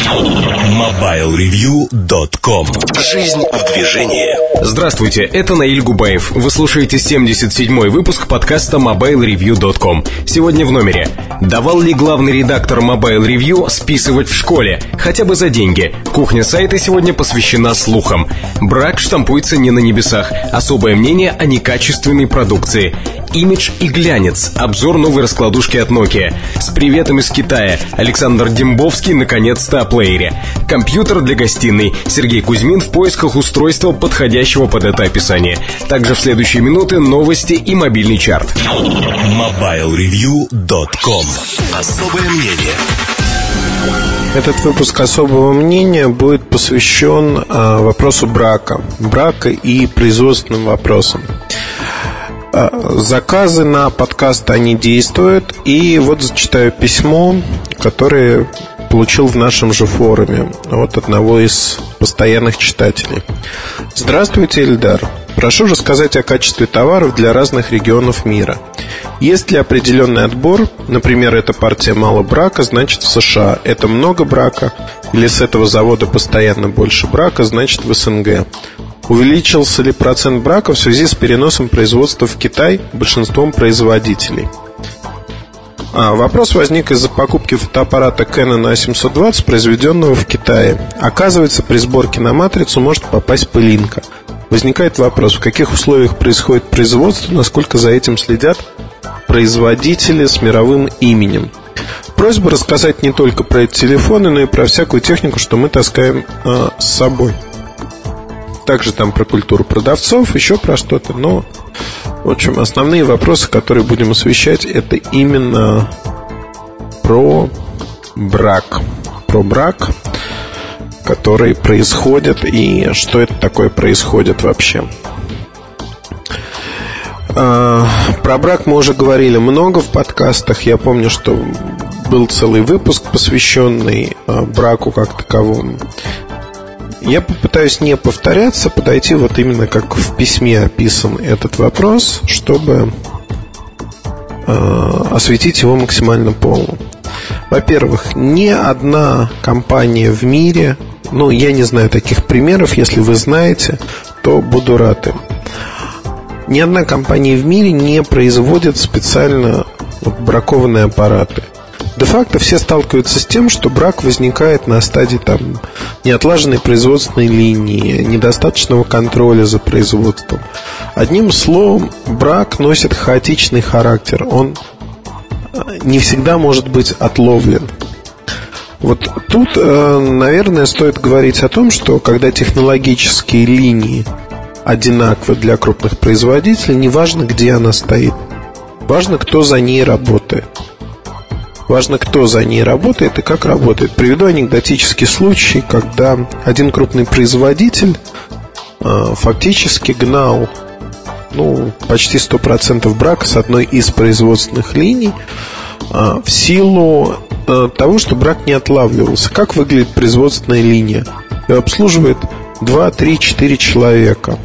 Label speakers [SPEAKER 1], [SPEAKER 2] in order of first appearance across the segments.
[SPEAKER 1] MobileReview.com. Жизнь в движении.
[SPEAKER 2] Здравствуйте, это Наиль Губаев. Вы слушаете 77-й выпуск подкаста MobileReview.com. Сегодня в номере: давал ли главный редактор Mobile Review списывать в школе, хотя бы за деньги? Кухня сайта сегодня посвящена слухам. Брак штампуется не на небесах. Особое мнение о некачественной продукции. Имидж и глянец. Обзор новой раскладушки от Nokia. С приветом из Китая. Александр Дембовский наконец-то о плеере. Компьютер для гостиной. Сергей Кузьмин в поисках устройства, подходящего под это описание. Также в следующие минуты новости и мобильный чарт.
[SPEAKER 1] MobileReview.com. Особое мнение.
[SPEAKER 3] Этот выпуск особого мнения будет посвящен вопросу брака и производственным вопросам. Заказы на подкаст, они действуют. И вот зачитаю письмо, которое получил в нашем же форуме от одного из постоянных читателей. Здравствуйте, Эльдар. Прошу рассказать о качестве товаров для разных регионов мира. Есть ли определенный отбор? Например, эта партия мало брака, значит в США. Это много брака. Или с этого завода постоянно больше брака, значит в СНГ. Увеличился ли процент брака в связи с переносом производства в Китай большинством производителей? Вопрос возник из-за покупки фотоаппарата Canon A720, произведенного в Китае. Оказывается, при сборке на матрицу может попасть пылинка. Возникает вопрос, в каких условиях происходит производство, насколько за этим следят производители с мировым именем. Просьба рассказать не только про эти телефоны, но и про всякую технику, что мы таскаем с собой. Также там про культуру продавцов, еще про что-то. Но, в общем, основные вопросы, которые будем освещать, это именно про брак. Про брак, который происходит, и что это такое происходит вообще. Про брак мы уже говорили много в подкастах. Я помню, что был целый выпуск, посвященный браку как таковому. Я попытаюсь не повторяться, подойти вот именно как в письме описан этот вопрос, чтобы осветить его максимально полно. Во-первых, ни одна компания в мире, я не знаю таких примеров, если вы знаете, то буду рад им. Ни одна компания в мире не производит специально бракованные аппараты. Де-факто все сталкиваются с тем, что брак возникает на стадии неотлаженной производственной линии, недостаточного контроля за производством. Одним словом, брак носит хаотичный характер. Он не всегда может быть отловлен. Вот тут, наверное, стоит говорить о том, что когда технологические линии одинаковы для крупных производителей, неважно, где она стоит, важно, кто за ней работает. Важно, кто за ней работает и как работает. Приведу анекдотический случай, когда один крупный производитель фактически гнал почти 100% брака с одной из производственных линий в силу того, что брак не отлавливался. Как выглядит производственная линия? Ее обслуживает 2, 3, 4 человека.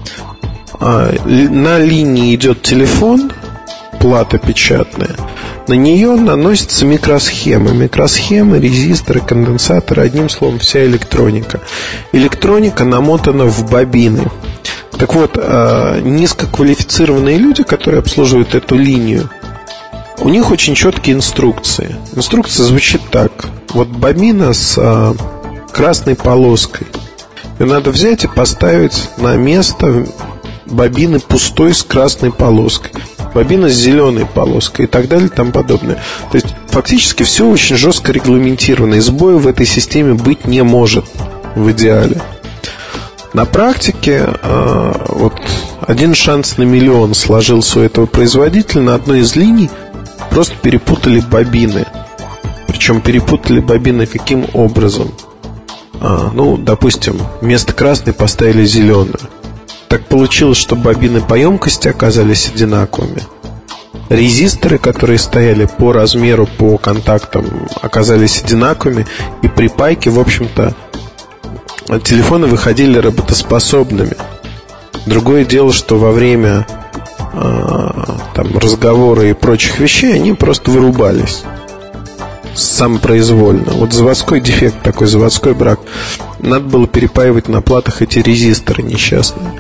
[SPEAKER 3] На линии идет телефон, плата печатная. На нее наносятся микросхемы, резисторы, конденсаторы, одним словом, вся электроника. Электроника намотана в бобины. Так вот, низкоквалифицированные люди, которые обслуживают эту линию, у них очень четкие инструкции. Инструкция звучит так: вот бобина с красной полоской, ее надо взять и поставить на место бобины пустой с красной полоской, бобина с зеленой полоской и так далее и тому подобное. То есть фактически все очень жестко регламентировано, и сбоев в этой системе быть не может в идеале. На практике один шанс на миллион сложился у этого производителя. На одной из линий просто перепутали бобины. Причем перепутали бобины каким образом? Допустим, вместо красной поставили зеленую. Так получилось, что бобины по емкости оказались одинаковыми. Резисторы, которые стояли по размеру, по контактам, оказались одинаковыми. И при пайке, в общем-то, телефоны выходили работоспособными. Другое дело, что во время разговора и прочих вещей они просто вырубались. самопроизвольно. Вот заводской дефект такой, заводской брак. Надо было перепаивать на платах эти резисторы несчастные.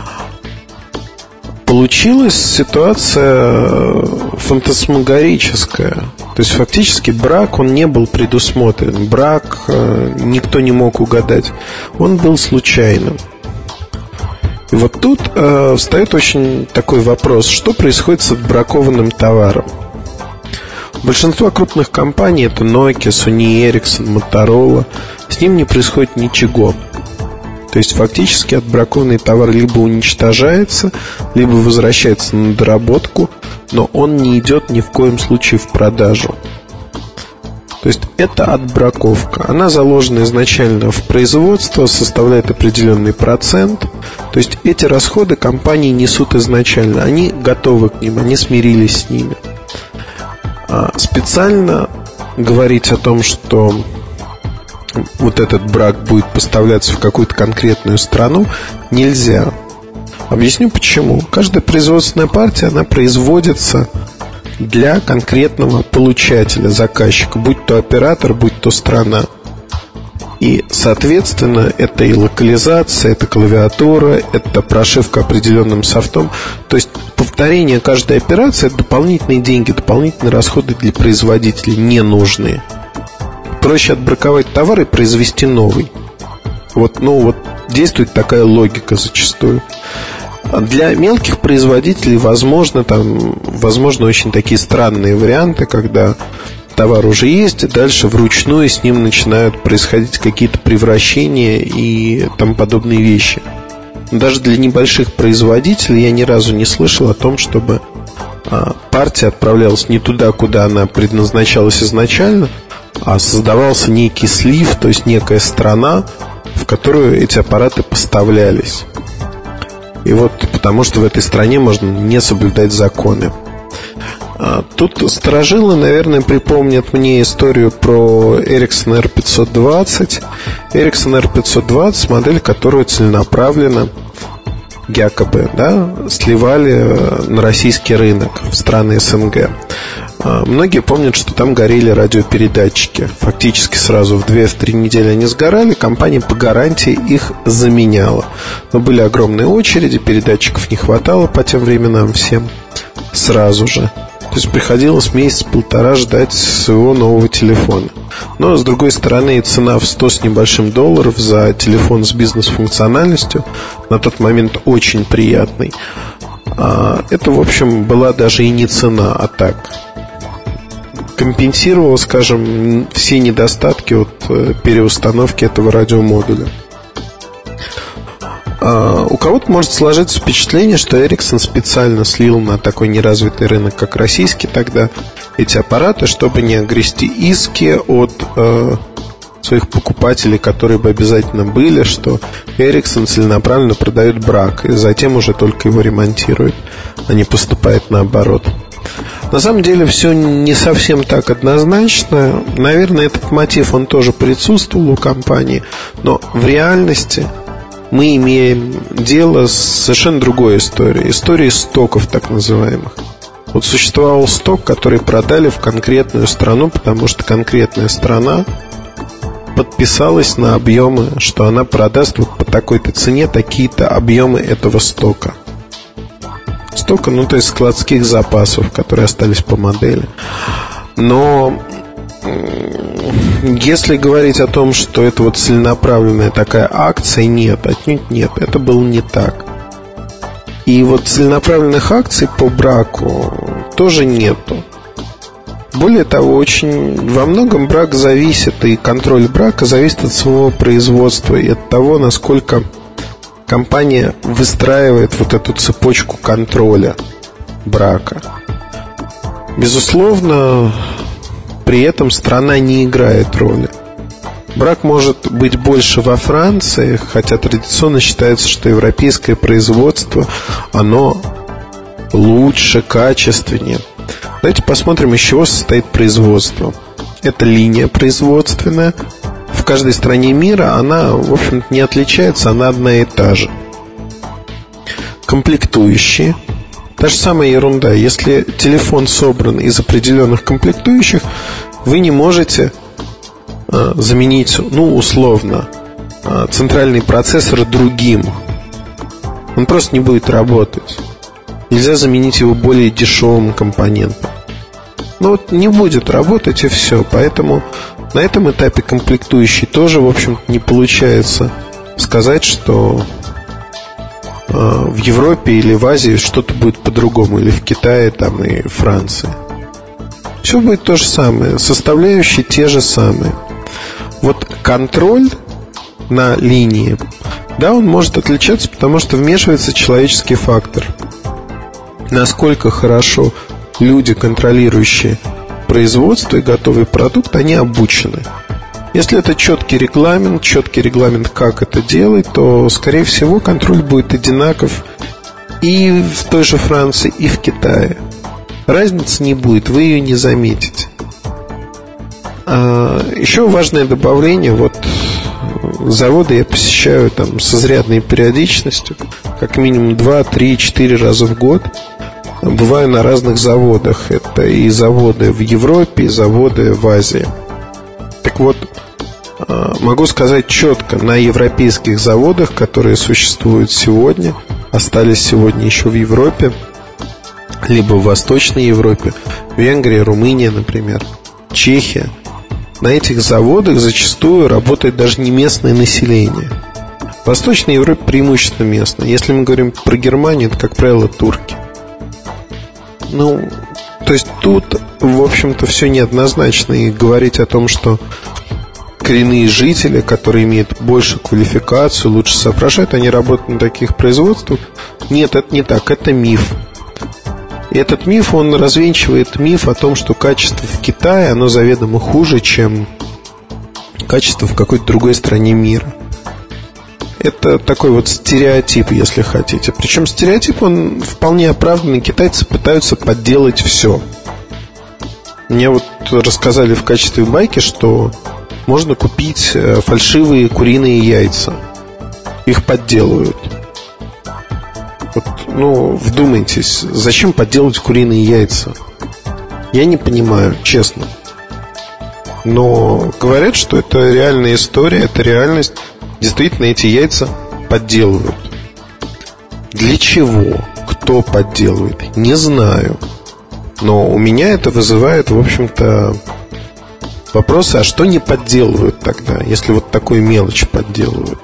[SPEAKER 3] Получилась ситуация фантасмагорическая. То есть фактически брак, он не был предусмотрен. Брак никто не мог угадать. Он был случайным. И вот тут встает очень такой вопрос: что происходит с отбракованным товаром? Большинство крупных компаний, это Nokia, Sony Ericsson, Motorola, с ним не происходит ничего. То есть фактически отбракованный товар либо уничтожается, либо возвращается на доработку, но он не идет ни в коем случае в продажу. То есть это отбраковка. Она заложена изначально в производство, составляет определенный процент. То есть эти расходы компании несут изначально. Они готовы к ним, они смирились с ними. Специально говорить о том, что вот этот брак будет поставляться в какую-то конкретную страну, нельзя. Объясню почему. Каждая производственная партия, она производится для конкретного получателя, заказчика, будь то оператор, будь то страна. И, соответственно, это и локализация, это клавиатура, это прошивка определенным софтом. То есть повторение каждой операции – это дополнительные деньги, дополнительные расходы для производителей ненужные. Проще отбраковать товар и произвести новый. Вот действует такая логика зачастую. Для мелких производителей возможно очень такие странные варианты, когда товар уже есть, и дальше вручную с ним начинают происходить какие-то превращения и тому подобные вещи. Даже для небольших производителей я ни разу не слышал о том, чтобы партия отправлялась не туда, куда она предназначалась изначально, а создавался некий слив, то есть некая страна, в которую эти аппараты поставлялись. И вот потому что в этой стране можно не соблюдать законы. Тут старожилы, наверное, припомнят мне историю про Ericsson R520. Ericsson R520, модель которую целенаправленно якобы сливали на российский рынок, в страны СНГ. Многие помнят, что там горели радиопередатчики. Фактически сразу в 2-3 недели они сгорали. Компания по гарантии их заменяла. Но были огромные очереди, передатчиков не хватало по тем временам всем сразу же. То есть приходилось месяц-полтора ждать своего нового телефона. Но, с другой стороны, цена в 100 с небольшим долларов за телефон с бизнес-функциональностью на тот момент очень приятный. Это, в общем, была даже и не цена, а так компенсировала, скажем, все недостатки от переустановки этого радиомодуля. У кого-то может сложиться впечатление, что Ericsson специально слил на такой неразвитый рынок, как российский, тогда эти аппараты, чтобы не огрести иски от своих покупателей, которые бы обязательно были, что Ericsson целенаправленно продает брак и затем уже только его ремонтирует, а не поступает наоборот. На самом деле все не совсем так однозначно. Наверное, этот мотив, он тоже присутствовал у компании, но в реальности мы имеем дело с совершенно другой историей. Историей стоков так называемых. Вот существовал сток, который продали в конкретную страну, потому что конкретная страна подписалась на объемы, что она продаст вот по такой-то цене такие-то объемы этого стока. Стока, то есть складских запасов, которые остались по модели. Но если говорить о том, что это вот целенаправленная такая акция, нет, отнюдь нет, это было не так. И вот целенаправленных акций по браку тоже нету. Более того, очень во многом брак зависит, и контроль брака зависит от самого производства и от того, насколько компания выстраивает вот эту цепочку контроля брака. Безусловно, при этом страна не играет роли. Брак может быть больше во Франции, хотя традиционно считается, что европейское производство, оно лучше, качественнее. Давайте посмотрим, из чего состоит производство. Это линия производственная. В каждой стране мира она, в общем-то, не отличается, она одна и та же. Комплектующие, Та же самая ерунда. Если телефон собран из определенных комплектующих, вы не можете заменить, условно, центральный процессор другим. Он просто не будет работать. Нельзя заменить его более дешевым компонентом. Не будет работать, и все. Поэтому на этом этапе комплектующий тоже, в общем-то, не получается сказать, что в Европе или в Азии что-то будет по-другому, или в Китае там, и Франции. Все будет то же самое, составляющие те же самые. Вот контроль на линии, да, он может отличаться, потому что вмешивается человеческий фактор. Насколько хорошо люди, контролирующие производство и готовый продукт, они обучены. Если это четкий регламент, как это делать, то, скорее всего, контроль будет одинаков и в той же Франции, и в Китае. Разницы не будет, вы ее не заметите. Еще важное добавление. Заводы я посещаю там с изрядной периодичностью, как минимум 2, 3, 4 раза в год. Бываю на разных заводах. Это и заводы в Европе, и заводы в Азии. Так вот, могу сказать четко, на европейских заводах, которые существуют сегодня, остались сегодня еще в Европе, либо в Восточной Европе, Венгрия, Румыния, например, Чехия, на этих заводах зачастую работает даже не местное население. В Восточной Европе преимущественно местное. Если мы говорим про Германию, это, как правило, турки. То есть тут, в общем-то, все неоднозначно. И говорить о том, что коренные жители, которые имеют большую квалификацию, лучше соображают, они работают на таких производствах. Нет, это не так, это миф. И этот миф, он развенчивает миф о том, что качество в Китае, оно заведомо хуже, чем качество в какой-то другой стране мира. Это такой вот стереотип, если хотите. Причем стереотип, он вполне оправданный. Китайцы пытаются подделать все. Мне рассказали в качестве байки, что можно купить фальшивые куриные яйца. Их подделывают. Вдумайтесь, зачем подделывать куриные яйца? Я не понимаю, честно. Но говорят, что это реальная история, это реальность. Действительно, эти яйца подделывают. Для чего? Кто подделывает? Не знаю. Но у меня это вызывает, в общем-то, вопросы, а что не подделывают тогда, если вот такую мелочь подделывают?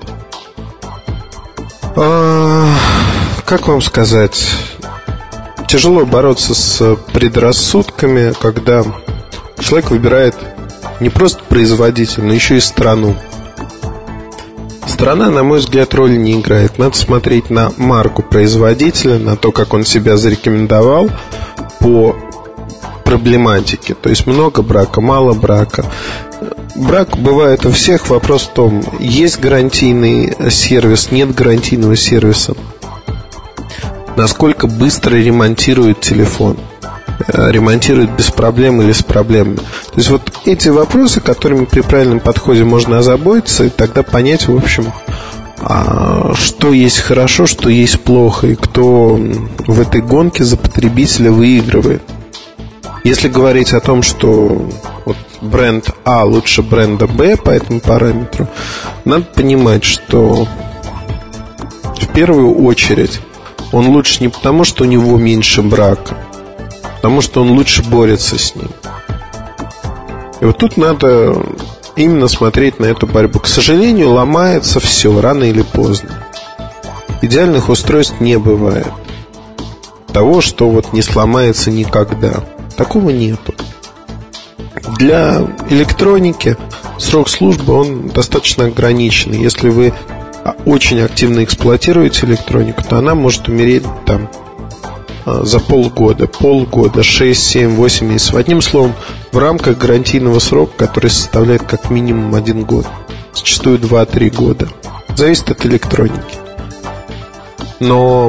[SPEAKER 3] Как вам сказать? Тяжело бороться с предрассудками, когда человек выбирает не просто производителя, но еще и страну. Страна, на мой взгляд, роли не играет. Надо смотреть на марку производителя, на то, как он себя зарекомендовал по проблематике. То есть много брака, мало брака. Брак бывает у всех. Вопрос в том, есть гарантийный сервис, нет гарантийного сервиса. Насколько быстро ремонтируют телефон, ремонтируют без проблем или с проблемами. То есть вот эти вопросы, которыми при правильном подходе можно озаботиться, и тогда понять, в общем, что есть хорошо, что есть плохо, и кто в этой гонке за потребителя выигрывает. Если говорить о том, что бренд А лучше бренда Б по этому параметру, надо понимать, что в первую очередь он лучше не потому, что у него меньше брака, а потому что он лучше борется с ним. И вот тут надо именно смотреть на эту борьбу. К сожалению, ломается все рано или поздно. Идеальных устройств не бывает. Того, что не сломается никогда. Такого нету. Для электроники срок службы, он достаточно ограниченный. Если вы очень активно эксплуатируете электронику, то она может умереть там за полгода, 6, 7, 8 месяцев. Одним словом, в рамках гарантийного срока, который составляет как минимум 1 год, зачастую 2-3 года. Зависит от электроники. Но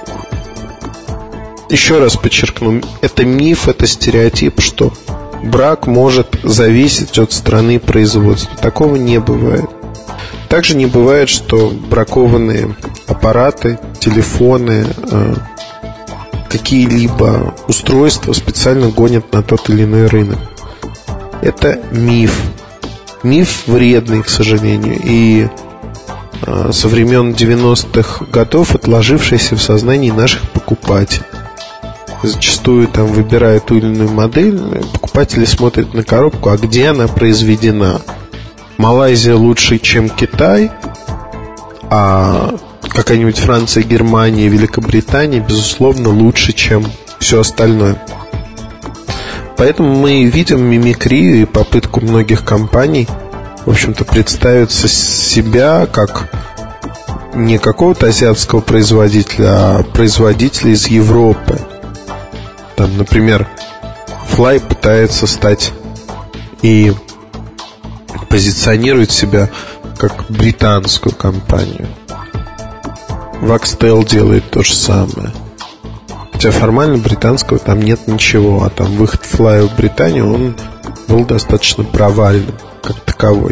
[SPEAKER 3] еще раз подчеркну, это миф, это стереотип, что брак может зависеть от страны производства. Такого не бывает. Также не бывает, что бракованные аппараты, телефоны, какие-либо устройства специально гонят на тот или иной рынок. Это миф. Миф вредный, к сожалению, и со времен 90-х годов отложившийся в сознании наших покупателей. Зачастую там, выбирая ту или иную модель, покупатели смотрят на коробку, а где она произведена. Малайзия лучше, чем Китай, а какая-нибудь Франция, Германия, Великобритания, безусловно, лучше, чем все остальное. Поэтому мы видим мимикрию и попытку многих компаний, в общем-то, представить себя как не какого-то азиатского производителя, а производителя из Европы. Там, например, Fly пытается стать и позиционирует себя как британскую компанию. Voxtel делает то же самое. Хотя формально британского там нет ничего, а там выход Fly в Британию, он был достаточно провальным как таковой.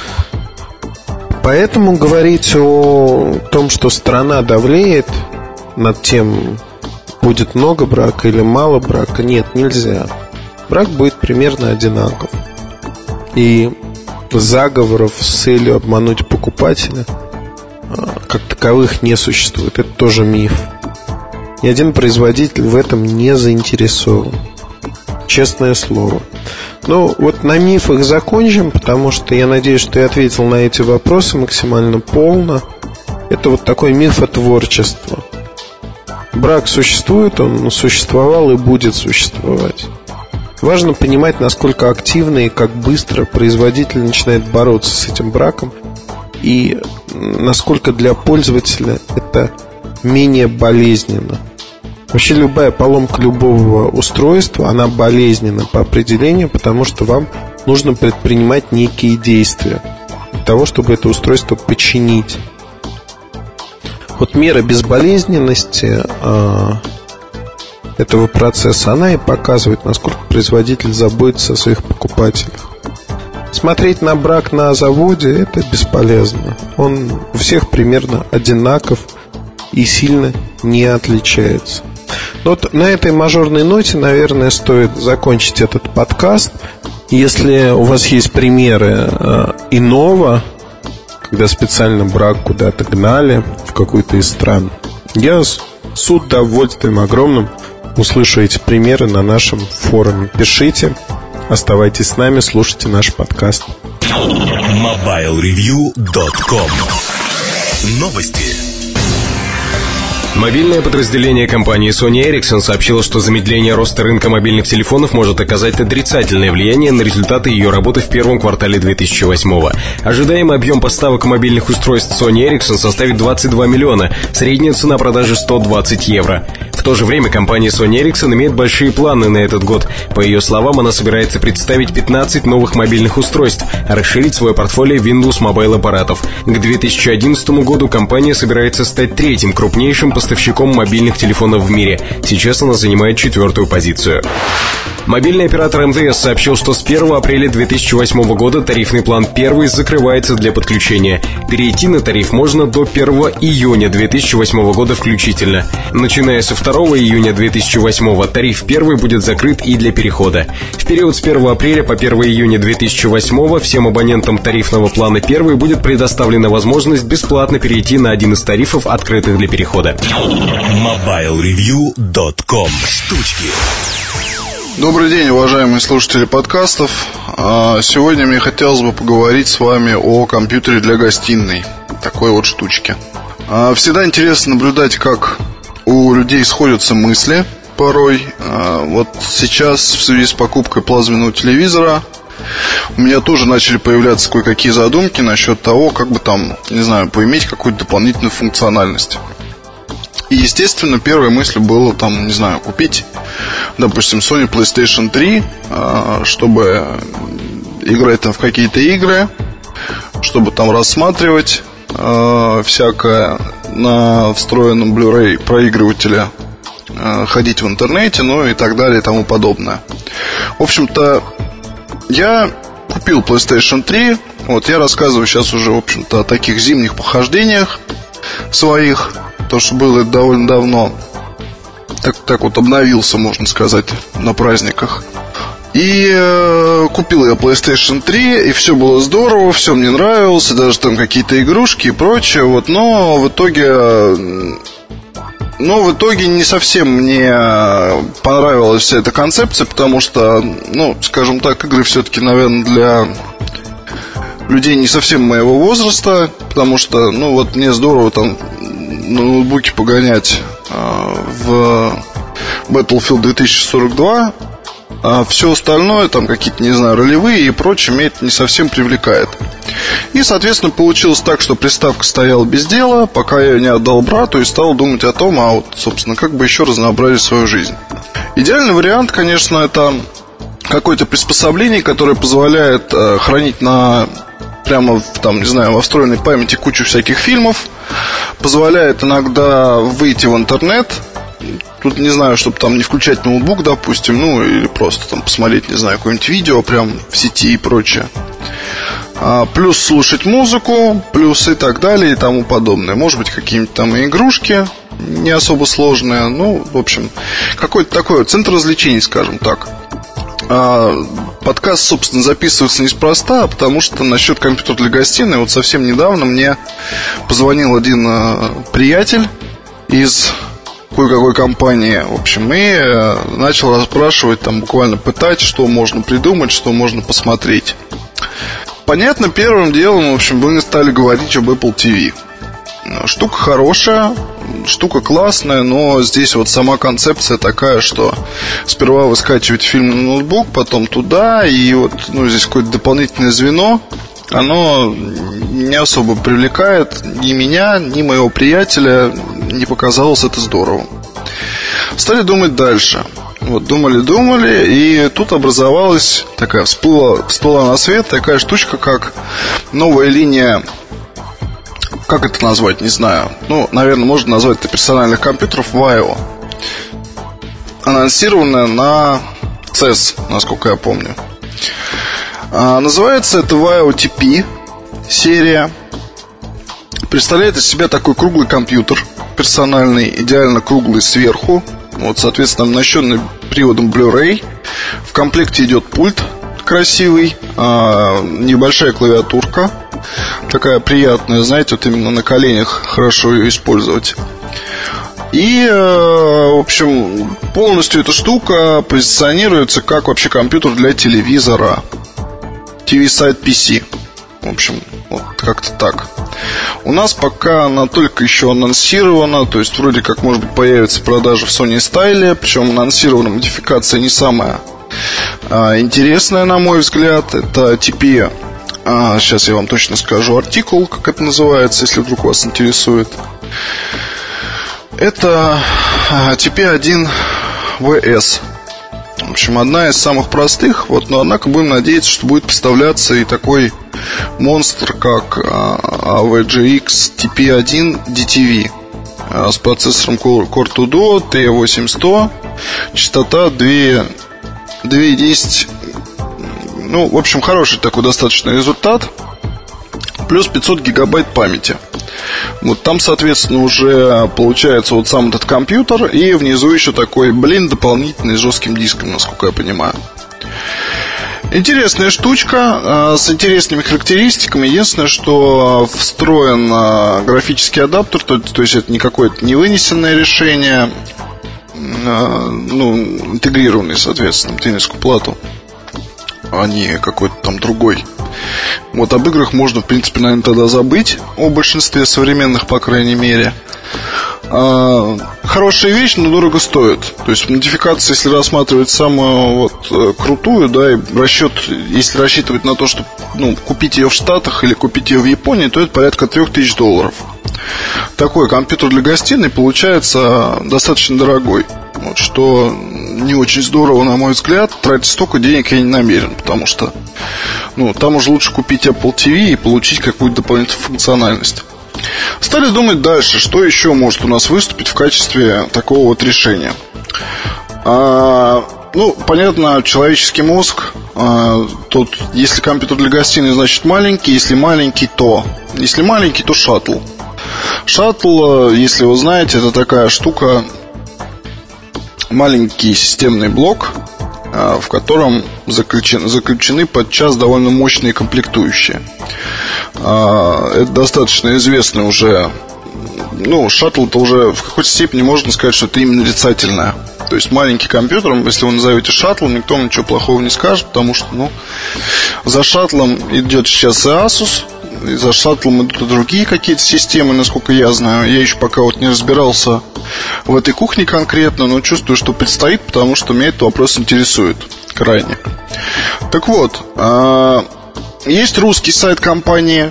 [SPEAKER 3] Поэтому говорить о том, что страна давлеет над тем, будет много брака или мало брака, нет, нельзя. Брак будет примерно одинаков. И заговоров с целью обмануть покупателя как таковых не существует. Это тоже миф. Ни один производитель в этом не заинтересован. Честное слово. Ну, вот на мифах закончим, потому что я надеюсь, что я ответил на эти вопросы максимально полно. Это вот такой мифотворчество. Брак существует, он существовал и будет существовать. Важно понимать, насколько активно и как быстро производитель начинает бороться с этим браком, и насколько для пользователя это менее болезненно. Вообще любая поломка любого устройства, она болезненна по определению, потому что вам нужно предпринимать некие действия для того, чтобы это устройство починить. Вот мера безболезненности этого процесса, она и показывает, насколько производитель заботится о своих покупателях. Смотреть на брак на заводе — это бесполезно. Он у всех примерно одинаков и сильно не отличается. Вот на этой мажорной ноте, наверное, стоит закончить этот подкаст. Если у вас есть примеры иного, когда специально брак куда-то гнали в какую-то из стран, я с удовольствием огромным услышу эти примеры на нашем форуме. Пишите, оставайтесь с нами, слушайте наш подкаст.
[SPEAKER 1] MobileReview.com. Новости.
[SPEAKER 2] Мобильное подразделение компании Sony Ericsson сообщило, что замедление роста рынка мобильных телефонов может оказать отрицательное влияние на результаты ее работы в первом квартале 2008-го. Ожидаемый объем поставок мобильных устройств Sony Ericsson составит 22 миллиона, средняя цена продажи 120 евро. В то же время компания Sony Ericsson имеет большие планы на этот год. По ее словам, она собирается представить 15 новых мобильных устройств, а расширить свое портфолио Windows Mobile аппаратов. К 2011 году компания собирается стать третьим крупнейшим поставщиком мобильных телефонов в мире. Сейчас она занимает 4-ю позицию. Мобильный оператор МТС сообщил, что с 1 апреля 2008 года тарифный план 1 закрывается для подключения. Перейти на тариф можно до 1 июня 2008 года включительно. Начиная со 2 июня 2008 тариф 1 будет закрыт и для перехода. В период с 1 апреля по 1 июня 2008 всем абонентам тарифного плана 1 будет предоставлена возможность бесплатно перейти на один из тарифов, открытых для перехода.
[SPEAKER 1] MobileReview.com. Штучки.
[SPEAKER 4] Добрый день, уважаемые слушатели подкастов. Сегодня мне хотелось бы поговорить с вами о компьютере для гостиной. Такой вот штучке. Всегда интересно наблюдать, как у людей сходятся мысли порой. Вот сейчас в связи с покупкой плазменного телевизора у меня тоже начали появляться кое-какие задумки насчет того, как бы там, не знаю, поиметь какую-то дополнительную функциональность. И, естественно, первая мысль была там, не знаю, купить, допустим, Sony PlayStation 3, чтобы играть там в какие-то игры, чтобы там рассматривать всякое на встроенном Blu-ray проигрывателе, ходить в интернете, ну и так далее и тому подобное. В общем-то, я купил PlayStation 3. Вот я рассказываю сейчас уже, в общем-то, о таких зимних похождениях своих. То, что было довольно давно. так вот обновился, можно сказать, на праздниках. И купил я PlayStation 3, и все было здорово, все мне нравилось, даже там какие-то игрушки и прочее, вот, но в итоге не совсем мне понравилась вся эта концепция, потому что, скажем так, игры все-таки, наверное, для людей не совсем моего возраста, потому что, мне здорово там на ноутбуке погонять в Battlefield 2042, а все остальное, там какие-то, не знаю, ролевые и прочее, меня это не совсем привлекает. И, соответственно, получилось так, что приставка стояла без дела, пока я ее не отдал брату и стал думать о том, собственно, как бы еще разнообразить свою жизнь. Идеальный вариант, конечно, это какое-то приспособление, которое позволяет хранить прямо во встроенной памяти кучу всяких фильмов, позволяет иногда выйти в интернет. Тут, не знаю, чтобы там не включать ноутбук, допустим, или просто там посмотреть, не знаю, какое-нибудь видео прям в сети и прочее. Плюс слушать музыку, плюс и так далее и тому подобное. Может быть, какие-нибудь там и игрушки не особо сложные. В общем, какой-то такой центр развлечений, скажем так. Подкаст, собственно, записывается неспроста, потому что насчет компьютера для гостиной вот совсем недавно мне позвонил один приятель из кое-какой компании, в общем, и начал расспрашивать, там буквально пытать, что можно придумать, что можно посмотреть. Понятно, первым делом, в общем, мы стали говорить об Apple TV. Штука хорошая, штука классная, но здесь вот сама концепция такая, что сперва вы скачиваете фильм на ноутбук, потом туда, и вот здесь какое-то дополнительное звено. Оно не особо привлекает ни меня, ни моего приятеля. Не показалось это здорово. Стали думать дальше. Вот думали, и тут образовалась такая, всплыла на свет такая штучка, как новая линия. Как это назвать, не знаю. Наверное, можно назвать это персональных компьютеров VAIO, анонсированная на CES, насколько я помню. Называется это VAIO TP серия. Представляет из себя такой круглый компьютер персональный, идеально круглый сверху. Вот, соответственно, оснащенный приводом Blu-ray. В комплекте идет пульт красивый, небольшая клавиатурка, такая приятная, знаете, вот именно на коленях хорошо ее использовать. И, в общем, полностью эта штука позиционируется как вообще компьютер для телевизора, TV-Side PC. В общем, вот как-то так. У нас пока она только еще анонсирована. То есть вроде как, может быть, появится продажа в Sony Style. Причем анонсирована модификация не самая интересная, на мой взгляд. Это TP. Сейчас я вам точно скажу артикул, как это называется, если вдруг вас интересует. Это TP1 VS. В общем, одна из самых простых. Вот, но однако будем надеяться, что будет поставляться и такой монстр, как AVGX TP1 DTV с процессором Core 2 Duo T8100, частота 2,10. В общем, хороший такой достаточно результат. Плюс 500 гигабайт памяти. Вот там, соответственно, уже получается вот сам этот компьютер. И внизу еще такой дополнительный с жестким диском, насколько я понимаю. Интересная штучка с интересными характеристиками. Единственное, что встроен графический адаптер. То есть это не какое-то невынесенное решение, интегрированный, соответственно, в материнскую плату, а не какой-то там другой. Вот об играх можно, в принципе, наверное, тогда забыть. О большинстве современных, по крайней мере. Хорошая вещь, но дорого стоит. То есть модификация, если рассматривать самую крутую, да, и если рассчитывать на то, что купить ее в Штатах или купить ее в Японии, то это порядка $3000. Такой компьютер для гостиной получается достаточно дорогой. Вот, что не очень здорово, на мой взгляд. Тратить столько денег я не намерен, потому что там уже лучше купить Apple TV и получить какую-то дополнительную функциональность. Стали думать дальше, что еще может у нас выступить в качестве такого вот решения. Понятно, человеческий мозг. Тут, если компьютер для гостиной, значит маленький. Если маленький, то шаттл. Шаттл, если вы знаете, это такая штука, маленький системный блок, в котором заключены подчас довольно мощные комплектующие. Это достаточно известно уже. Шаттл-то уже в какой-то степени можно сказать, что это именно нарицательное. То есть маленький компьютер, если вы назовете шаттл, никто ничего плохого не скажет, потому что, за шаттлом идет сейчас и Asus, и за шаттлом идут и другие какие-то системы, насколько я знаю. Я еще пока не разбирался в этой кухне конкретно, но чувствую, что предстоит, потому что меня этот вопрос интересует крайне. Так вот, есть русский сайт компании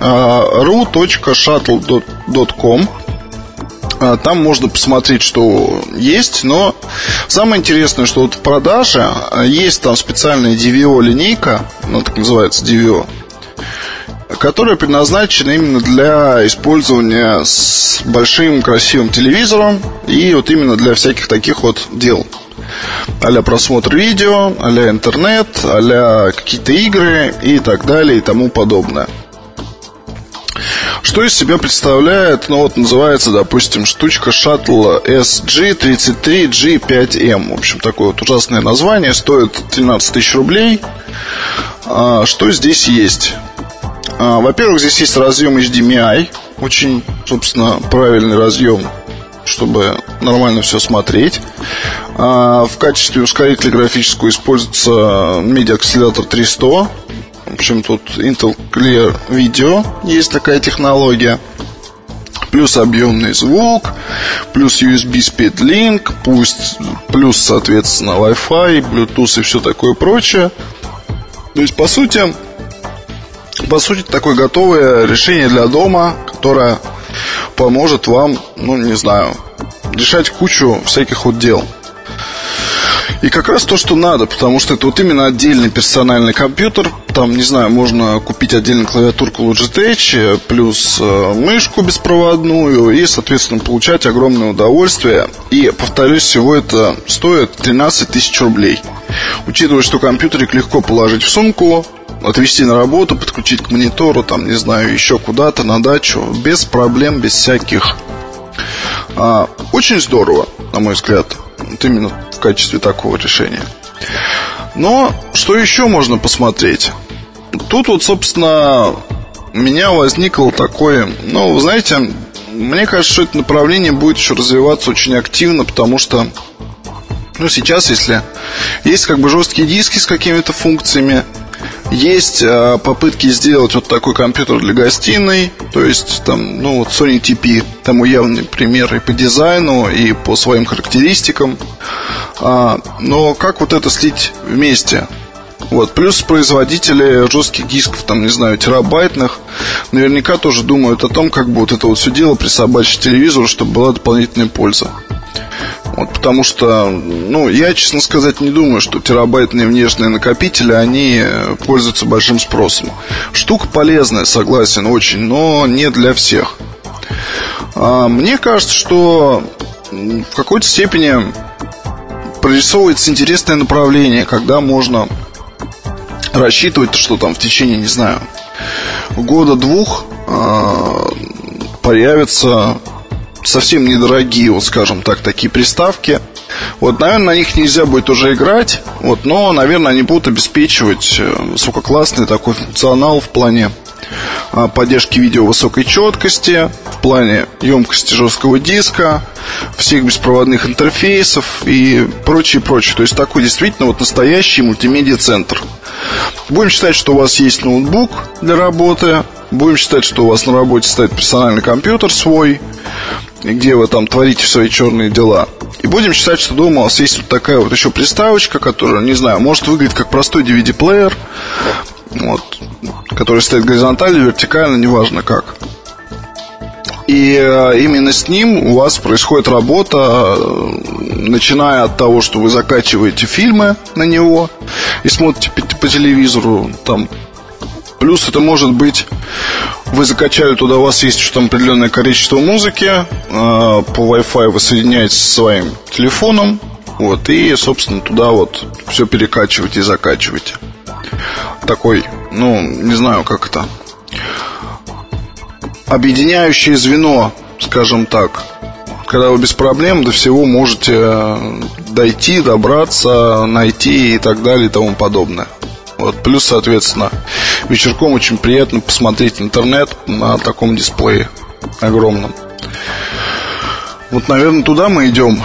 [SPEAKER 4] ru.shuttle.com. Там можно посмотреть, что есть. Но самое интересное, что в продаже есть там специальная DVO-линейка, так называется DVO, которая предназначена именно для использования с большим красивым телевизором. И именно для всяких таких дел, а-ля просмотр видео, а-ля интернет, а-ля какие-то игры и так далее и тому подобное. Что из себя представляет, называется, допустим, штучка Shuttle SG33G5M. В общем, такое ужасное название, стоит 13 тысяч рублей. Что здесь есть? Во-первых, здесь есть разъем HDMI. Очень, собственно, правильный разъем, чтобы нормально все смотреть. В качестве ускорителя графического используется MIDI-акселератор 300. В общем, тут Intel Clear Video, есть такая технология. Плюс объемный звук, плюс USB Speed Link, плюс, соответственно, Wi-Fi, Bluetooth и все такое прочее. То есть, по сути, такое готовое решение для дома, которое поможет вам, решать кучу всяких дел. И как раз то, что надо, потому что это именно отдельный персональный компьютер. Там, можно купить отдельно клавиатурку Logitech, плюс мышку беспроводную, и, соответственно, получать огромное удовольствие. И, повторюсь, всего это стоит 13 тысяч рублей. Учитывая, что компьютерик легко положить в сумку, отвезти на работу, подключить к монитору, еще куда-то, на дачу, без проблем, без всяких. Очень здорово, на мой взгляд, именно в качестве такого решения. Но что еще можно посмотреть? Тут собственно, у меня возникло такое, вы знаете, мне кажется, что это направление будет еще развиваться очень активно, потому что, сейчас, если есть жесткие диски с какими-то функциями, есть попытки сделать такой компьютер для гостиной. То есть Sony TP тому явный пример и по дизайну, и по своим характеристикам. Но как это слить вместе? Плюс производители жестких дисков, терабайтных, наверняка тоже думают о том, как бы это все дело присобачить телевизору, чтобы была дополнительная польза. Потому что, я, честно сказать, не думаю, что терабайтные внешние накопители, они пользуются большим спросом. Штука полезная, согласен, очень, но не для всех. Мне кажется, что в какой-то степени прорисовывается интересное направление, когда можно рассчитывать, что в течение, года-двух появятся совсем недорогие, скажем так, такие приставки. Наверное, на них нельзя будет уже играть, но, наверное, они будут обеспечивать высококлассный такой функционал в плане поддержки видео высокой четкости, в плане емкости жесткого диска, всех беспроводных интерфейсов и прочее. То есть такой действительно настоящий мультимедиа-центр. Будем считать, что у вас есть ноутбук для работы. Будем считать, что у вас на работе стоит персональный компьютер свой, где вы творите свои черные дела. И будем считать, что дома у вас есть такая еще приставочка, которая, может выглядеть как простой DVD-плеер, который стоит горизонтально, вертикально, неважно как. И именно с ним у вас происходит работа, начиная от того, что вы закачиваете фильмы на него и смотрите по телевизору. Плюс это может быть, вы закачали туда, у вас есть еще определенное количество музыки, по Wi-Fi вы соединяетесь со своим телефоном, и, собственно, туда все перекачиваете и закачиваете. Такой, не знаю, как это, объединяющее звено, скажем так, когда вы без проблем до всего можете дойти, добраться, найти и так далее и тому подобное. Вот. Плюс, соответственно, вечерком очень приятно посмотреть интернет на таком дисплее огромном. Вот, наверное, туда мы идем.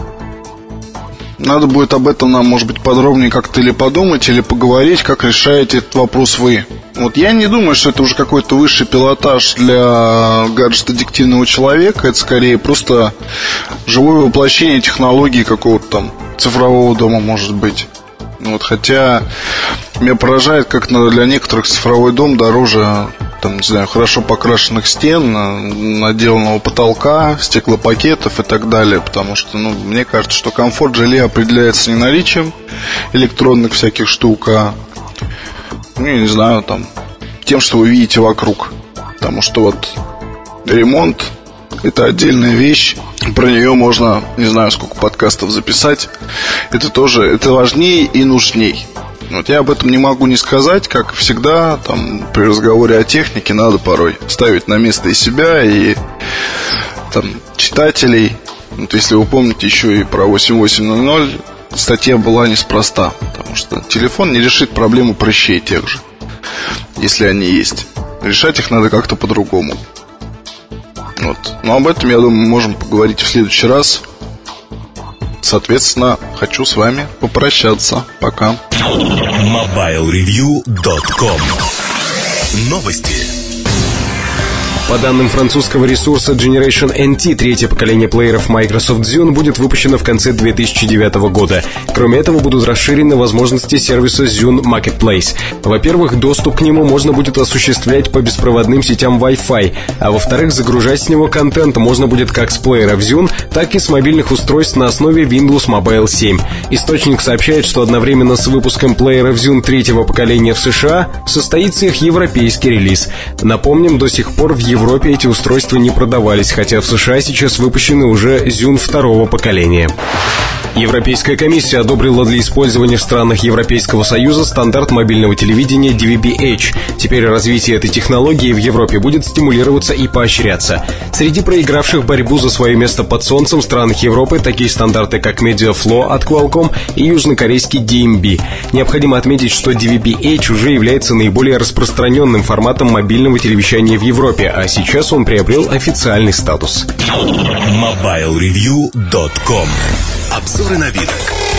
[SPEAKER 4] Надо будет об этом нам, может быть, подробнее как-то или подумать, или поговорить, как решаете этот вопрос вы. Вот я не думаю, что это уже какой-то высший пилотаж для гаджет-аддиктивного человека. Это скорее просто живое воплощение технологии какого-то там цифрового дома, может быть. Вот, хотя меня поражает, как для некоторых цифровой дом дороже, там, не знаю, хорошо покрашенных стен, наделанного потолка, стеклопакетов и так далее. Потому что, мне кажется, что комфорт жилья определяется не наличием электронных всяких штук, а, я не знаю, там, тем, что вы видите вокруг. Потому что вот ремонт — это отдельная вещь. Про нее можно, не знаю, сколько подкастов записать. Это важнее и нужней. Вот я об этом не могу не сказать. Как всегда, там, при разговоре о технике надо порой ставить на место и себя, и там, читателей. Вот если вы помните еще и про 8800, статья была неспроста. Потому что телефон не решит проблему прыщей тех же, если они есть. Решать их надо как-то по-другому. Вот. Но об этом, я думаю, мы можем поговорить в следующий раз. Соответственно, хочу с вами попрощаться. Пока.
[SPEAKER 1] MobileReview.com. Новости.
[SPEAKER 2] По данным французского ресурса Generation NT, третье поколение плееров Microsoft Zune будет выпущено в конце 2009 года. Кроме этого, будут расширены возможности сервиса Zune Marketplace. Во-первых, доступ к нему можно будет осуществлять по беспроводным сетям Wi-Fi, а во-вторых, загружать с него контент можно будет как с плееров Zune, так и с мобильных устройств на основе Windows Mobile 7. Источник сообщает, что одновременно с выпуском плееров Zune третьего поколения в США состоится их европейский релиз. Напомним, до сих пор в Европе эти устройства не продавались, хотя в США сейчас выпущены уже Zune второго поколения. Европейская комиссия одобрила для использования в странах Европейского Союза стандарт мобильного телевидения DVB-H. Теперь развитие этой технологии в Европе будет стимулироваться и поощряться. Среди проигравших борьбу за свое место под солнцем в странах Европы такие стандарты, как MediaFlow от Qualcomm и южнокорейский DMB. Необходимо отметить, что DVB-H уже является наиболее распространенным форматом мобильного телевещания в Европе, а сейчас он приобрел официальный статус.
[SPEAKER 1] MobileReview.com. Обзоры новинок.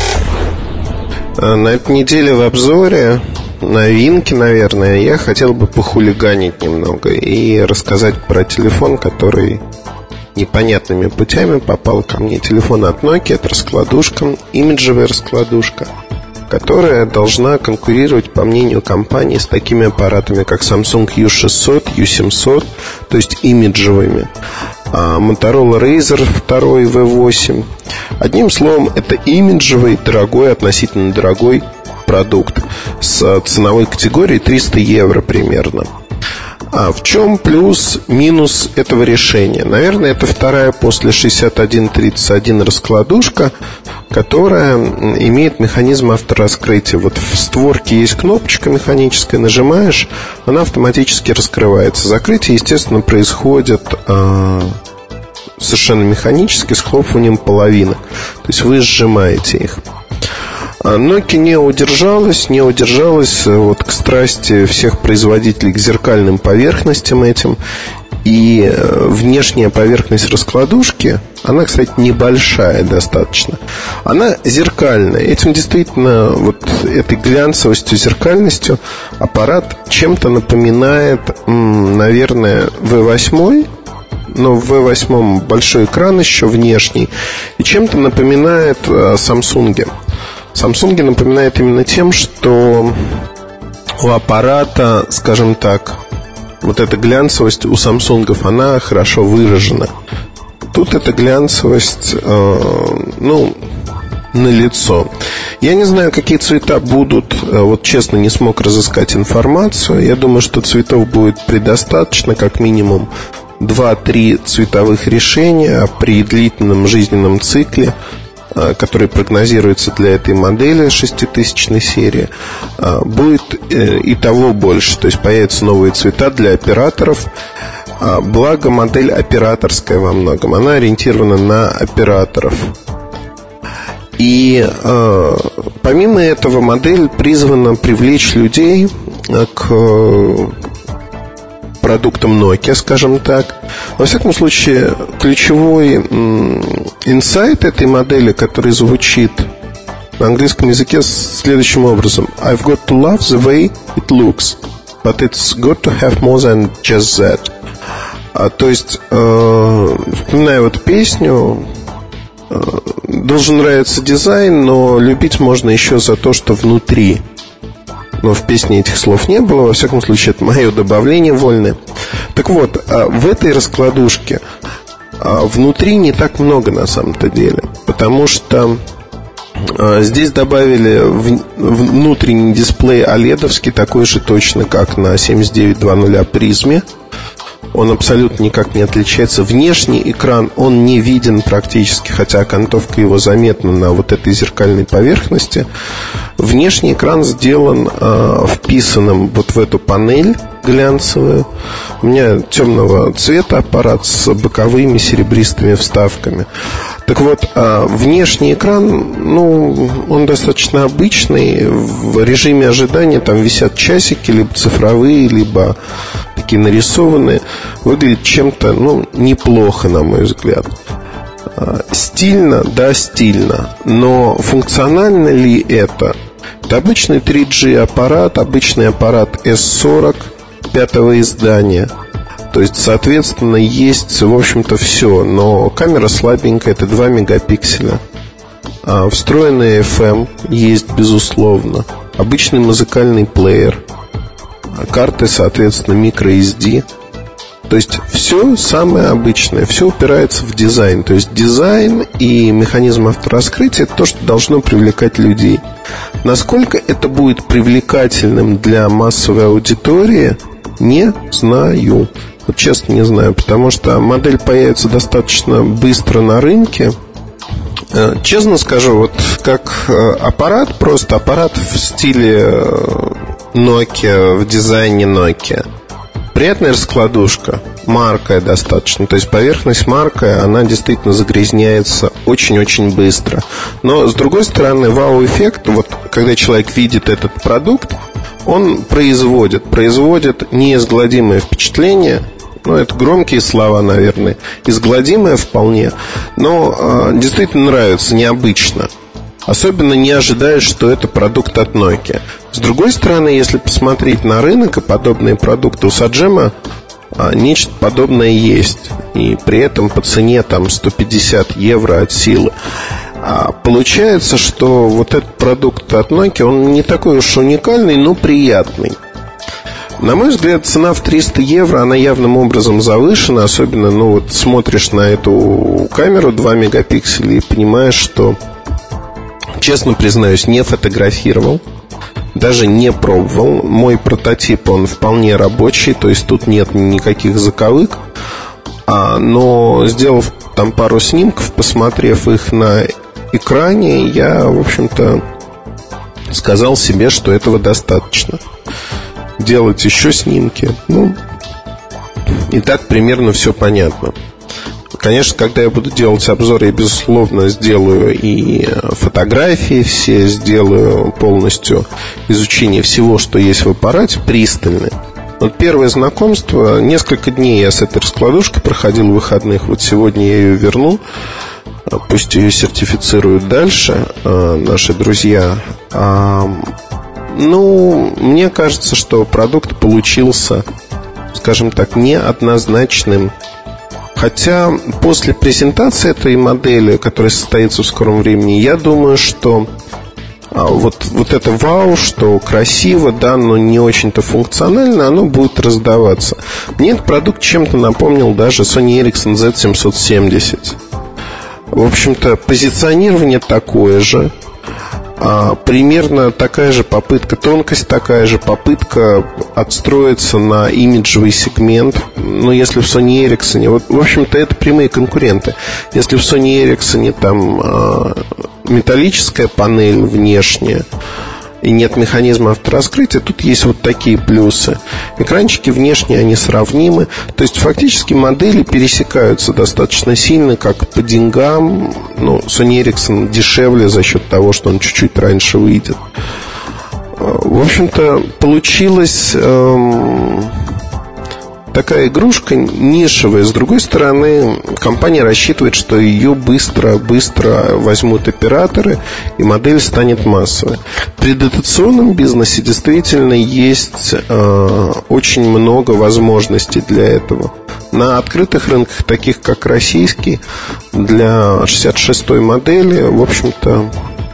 [SPEAKER 3] На этой неделе в обзоре новинки, наверное, я хотел бы похулиганить немного и рассказать про телефон, который непонятными путями попал ко мне. Телефон от Nokia, это раскладушка, имиджевая раскладушка, которая должна конкурировать, по мнению компании, с такими аппаратами, как Samsung U600, U700, то есть имиджевыми, Motorola Razr 2 V8. Одним словом, это имиджевый, дорогой, относительно дорогой продукт с ценовой категорией 300 евро примерно. А в чем плюс-минус этого решения? Наверное, это вторая после 6131 раскладушка, которая имеет механизм автораскрытия. Вот в створке есть кнопочка механическая, нажимаешь, она автоматически раскрывается. Закрытие, естественно, происходит совершенно механически, с хлопыванием половинок. То есть вы сжимаете их. Nokia не удержалась вот к страсти всех производителей к зеркальным поверхностям этим. И внешняя поверхность раскладушки, она, кстати, небольшая достаточно, она зеркальная. Этим действительно, вот этой глянцевостью, зеркальностью аппарат чем-то напоминает, наверное, V8. Но в V8 большой экран еще внешний. И чем-то напоминает Samsung. Samsung напоминает именно тем, что у аппарата, скажем так, вот эта глянцевость у Samsung, она хорошо выражена. Тут эта глянцевость, налицо. Я не знаю, какие цвета будут. Вот честно, не смог разыскать информацию. Я думаю, что цветов будет предостаточно, как минимум 2-3 цветовых решения при длительном жизненном цикле, который прогнозируется для этой модели 6000 серии, будет и того больше. То есть появятся новые цвета для операторов. Благо, модель операторская во многом. Она ориентирована на операторов. И помимо этого, модель призвана привлечь людей к продуктам Nokia, скажем так. Во всяком случае, ключевой инсайт этой модели, который звучит на английском языке следующим образом: I've got to love the way it looks, but it's good to have more than just that. То есть, вспоминая вот песню, должен нравиться дизайн, но любить можно еще за то, что внутри. Но в песне этих слов не было. Во всяком случае, это мое добавление вольное. Так вот, в этой раскладушке внутри не так много на самом-то деле. Потому что здесь добавили внутренний дисплей OLED-овский, такой же точно, как на 7900 призме. Он абсолютно никак не отличается. Внешний экран, он не виден практически, хотя окантовка его заметна на вот этой зеркальной поверхности. Внешний экран сделан вписанным вот в эту панель глянцевую. У меня темного цвета аппарат с боковыми серебристыми вставками. Так вот, внешний экран, он достаточно обычный. В режиме ожидания там висят часики, либо цифровые, либо такие нарисованные. Выглядит чем-то, неплохо, на мой взгляд. Стильно, да, стильно. Но функционально ли это? Это обычный 3G аппарат, обычный аппарат S40 5-го издания. То есть, соответственно, есть, в общем-то, все. Но камера слабенькая, это 2 мегапикселя. Встроенный FM есть, безусловно. Обычный музыкальный плеер. Карты, соответственно, microSD. То есть все самое обычное, все упирается в дизайн. То есть дизайн и механизм автораскрытия — это то, что должно привлекать людей. Насколько это будет привлекательным для массовой аудитории, не знаю. Вот честно не знаю, потому что модель появится достаточно быстро на рынке. Честно скажу, вот как аппарат, просто аппарат в стиле Nokia, в дизайне Nokia. Приятная раскладушка, маркая достаточно. То есть поверхность маркая, она действительно загрязняется очень-очень быстро. Но с другой стороны, вау-эффект, вот когда человек видит этот продукт, он производит неизгладимое впечатление. Это громкие слова, наверное. Изгладимое вполне. Но действительно нравится, необычно. Особенно не ожидаешь, что это продукт от Nokia. С другой стороны, если посмотреть на рынок и подобные продукты, у Саджема нечто подобное есть. И при этом по цене там 150 евро от силы. Получается, что вот этот продукт от Nokia, он не такой уж уникальный, но приятный. На мой взгляд, цена в 300 евро, она явным образом завышена. Особенно, смотришь на эту камеру 2 мегапикселя и понимаешь, что, честно признаюсь, не фотографировал, даже не пробовал. Мой прототип, он вполне рабочий, то есть тут нет никаких заковык. Но сделав там пару снимков, посмотрев их на экране, я, в общем-то, сказал себе, что этого достаточно. Делать еще снимки, и так примерно все понятно. Конечно, когда я буду делать обзор, я, безусловно, сделаю и фотографии все, сделаю полностью изучение всего, что есть в аппарате, пристальное. Вот первое знакомство, несколько дней я с этой раскладушкой проходил в выходных. Вот сегодня я ее верну. Пусть ее сертифицируют дальше наши друзья. Мне кажется, что продукт получился, скажем так, неоднозначным. Хотя после презентации этой модели, которая состоится в скором времени, я думаю, что вот это вау, что красиво, да, но не очень-то функционально, оно будет раздаваться. Мне этот продукт чем-то напомнил даже Sony Ericsson Z770. В общем-то, позиционирование такое же. Примерно такая же попытка, тонкость такая же попытка отстроиться на имиджевый сегмент. Но если в Sony Ericsson, в общем-то, это прямые конкуренты. Если в Sony Ericsson там металлическая панель внешняя, и нет механизма автораскрытия, тут есть вот такие плюсы. Экранчики внешне, они сравнимы. То есть фактически модели пересекаются достаточно сильно, как по деньгам. Sony Ericsson дешевле за счет того, что он чуть-чуть раньше выйдет. В общем-то, получилась такая игрушка нишевая. С другой стороны, компания рассчитывает, что ее быстро возьмут операторы, и модель станет массовой. В предотационном бизнесе действительно есть очень много возможностей для этого. На открытых рынках, таких как российский, для 66-й модели, в общем-то,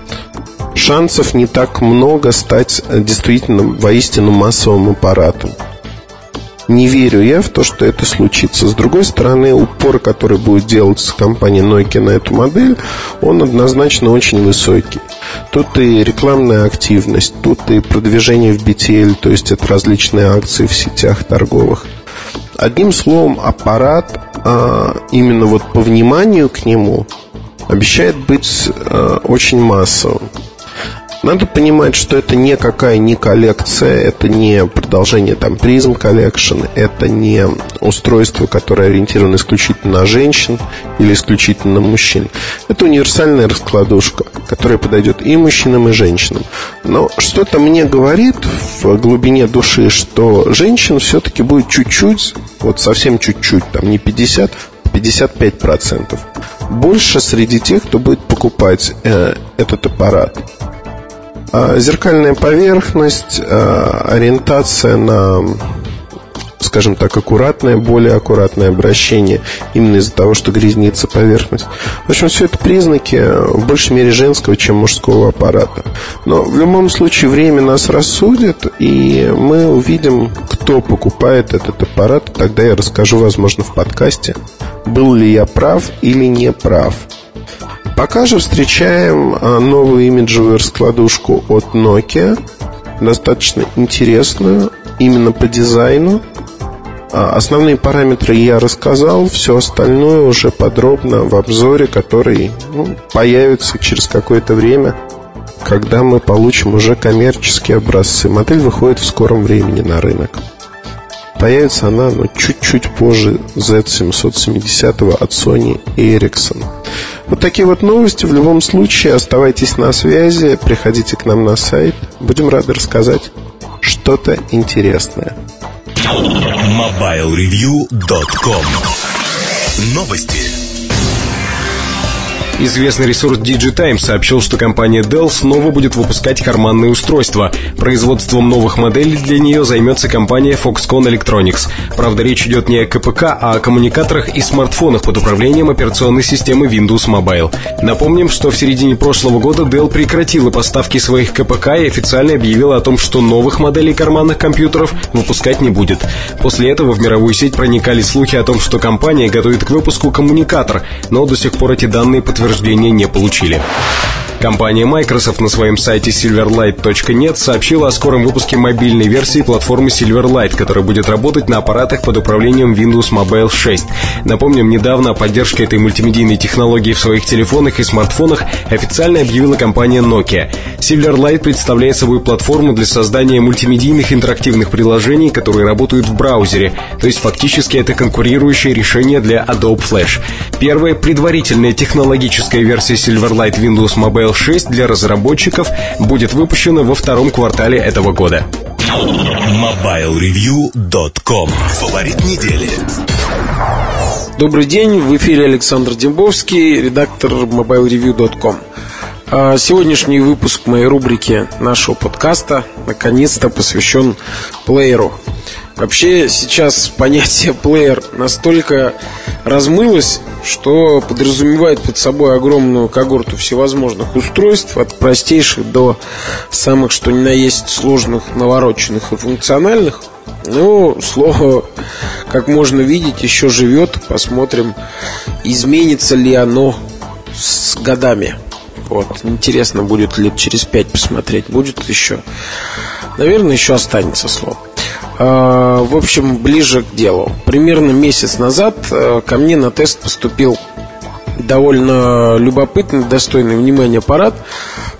[SPEAKER 3] шансов не так много стать действительно воистину массовым аппаратом. Не верю я в то, что это случится. С другой стороны, упор, который будет делать компания Nokia на эту модель, он однозначно очень высокий. Тут и рекламная активность, тут и продвижение в BTL, то есть это различные акции в сетях торговых. Одним словом, аппарат именно вот по вниманию к нему обещает быть очень массовым. Надо понимать, что это никакая не коллекция, это не продолжение там Prism Collection, это не устройство, которое ориентировано исключительно на женщин или исключительно на мужчин. Это универсальная раскладушка, которая подойдет и мужчинам, и женщинам. Но что-то мне говорит в глубине души, что женщин все-таки будет чуть-чуть, вот совсем чуть-чуть, там не 50, а 55%. Больше среди тех, кто будет покупать этот аппарат. Зеркальная поверхность, ориентация на, скажем так, более аккуратное обращение, именно из-за того, что грязнится поверхность. В общем, все это признаки в большей мере женского, чем мужского аппарата. Но в любом случае время нас рассудит, и мы увидим, кто покупает этот аппарат. Тогда я расскажу, возможно, в подкасте, был ли я прав или не прав. Пока же встречаем новую имиджевую раскладушку от Nokia, достаточно интересную, именно по дизайну. Основные параметры я рассказал, все остальное уже подробно в обзоре, который появится через какое-то время, когда мы получим уже коммерческие образцы. Модель выходит в скором времени на рынок. Появится она чуть-чуть позже Z770 от Sony Ericsson. Вот такие вот новости. В любом случае, оставайтесь на связи, приходите к нам на сайт. Будем рады рассказать что-то интересное.
[SPEAKER 1] MobileReview.com. Новости.
[SPEAKER 2] Известный ресурс DigiTime сообщил, что компания Dell снова будет выпускать карманные устройства. Производством новых моделей для нее займется компания Foxconn Electronics. Правда, речь идет не о КПК, а о коммуникаторах и смартфонах под управлением операционной системы Windows Mobile. Напомним, что в середине прошлого года Dell прекратила поставки своих КПК и официально объявила о том, что новых моделей карманных компьютеров выпускать не будет. После этого в мировую сеть проникали слухи о том, что компания готовит к выпуску коммуникатор, но до сих пор эти данные подтверждения не получили. Компания Microsoft на своем сайте silverlight.net сообщила о скором выпуске мобильной версии платформы Silverlight, которая будет работать на аппаратах под управлением Windows Mobile 6. Напомним, недавно о поддержке этой мультимедийной технологии в своих телефонах и смартфонах официально объявила компания Nokia. Silverlight представляет собой платформу для создания мультимедийных интерактивных приложений, которые работают в браузере, то есть фактически это конкурирующее решение для Adobe Flash. Первая предварительная технологическая версия Silverlight Windows Mobile 6 для разработчиков будет выпущена во втором квартале этого года.
[SPEAKER 1] MobileReview.com. Фаворит недели.
[SPEAKER 5] Добрый день, в эфире Александр Дембовский, редактор MobileReview.com. Сегодняшний выпуск моей рубрики нашего подкаста наконец-то посвящен плееру. Вообще сейчас понятие плеер настолько размылось, что подразумевает под собой огромную когорту всевозможных устройств, от простейших до самых что ни на есть сложных, навороченных и функциональных. Но слово, как можно видеть, еще живет. Посмотрим, изменится ли оно с годами. Вот. Интересно, будет лет через 5 посмотреть. Будет еще. Наверное, еще останется слово. В общем, ближе к делу. Примерно месяц назад ко мне на тест поступил довольно любопытный, достойный внимания аппарат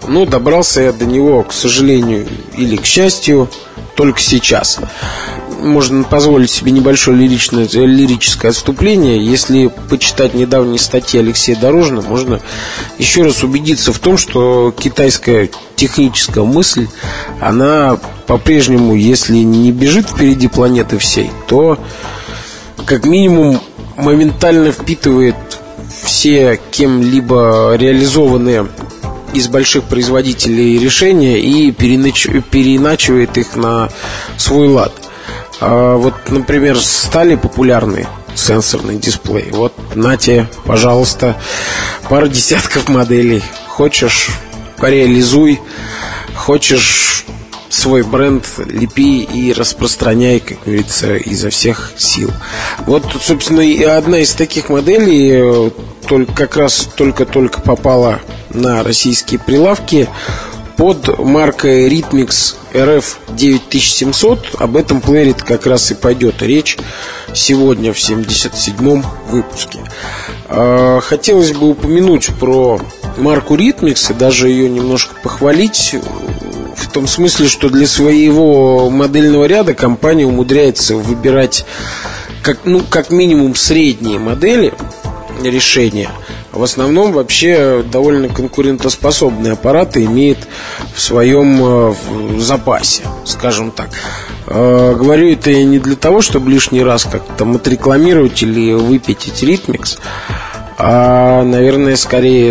[SPEAKER 5] Но добрался я до него, к сожалению, или к счастью, только сейчас. Можно позволить себе небольшое лирическое отступление. Если почитать недавние статьи Алексея Дорожина, можно еще раз убедиться в том, что китайская техническая мысль, она по-прежнему, если не бежит впереди планеты всей, то как минимум моментально впитывает все кем-либо реализованные из больших производителей решения и переиначивает их на свой лад. Вот, например, стали популярны сенсорный дисплей. Вот, на тебе, пожалуйста, пара десятков моделей. Хочешь, реализуй. Хочешь, свой бренд лепи и распространяй, как говорится, изо всех сил. Вот, собственно, и одна из таких моделей как раз только-только попала на российские прилавки под маркой Rhythmix RF 9700. Об этом плеере как раз и пойдет речь сегодня в 77-м выпуске. Хотелось бы упомянуть про марку Rhythmix и даже ее немножко похвалить, в том смысле, что для своего модельного ряда компания умудряется выбирать как минимум средние модели решения. В основном вообще довольно конкурентоспособные аппараты имеет в своем запасе, скажем так. Говорю это не для того, чтобы лишний раз как-то отрекламировать или выпятить Rhythmix, а, наверное, скорее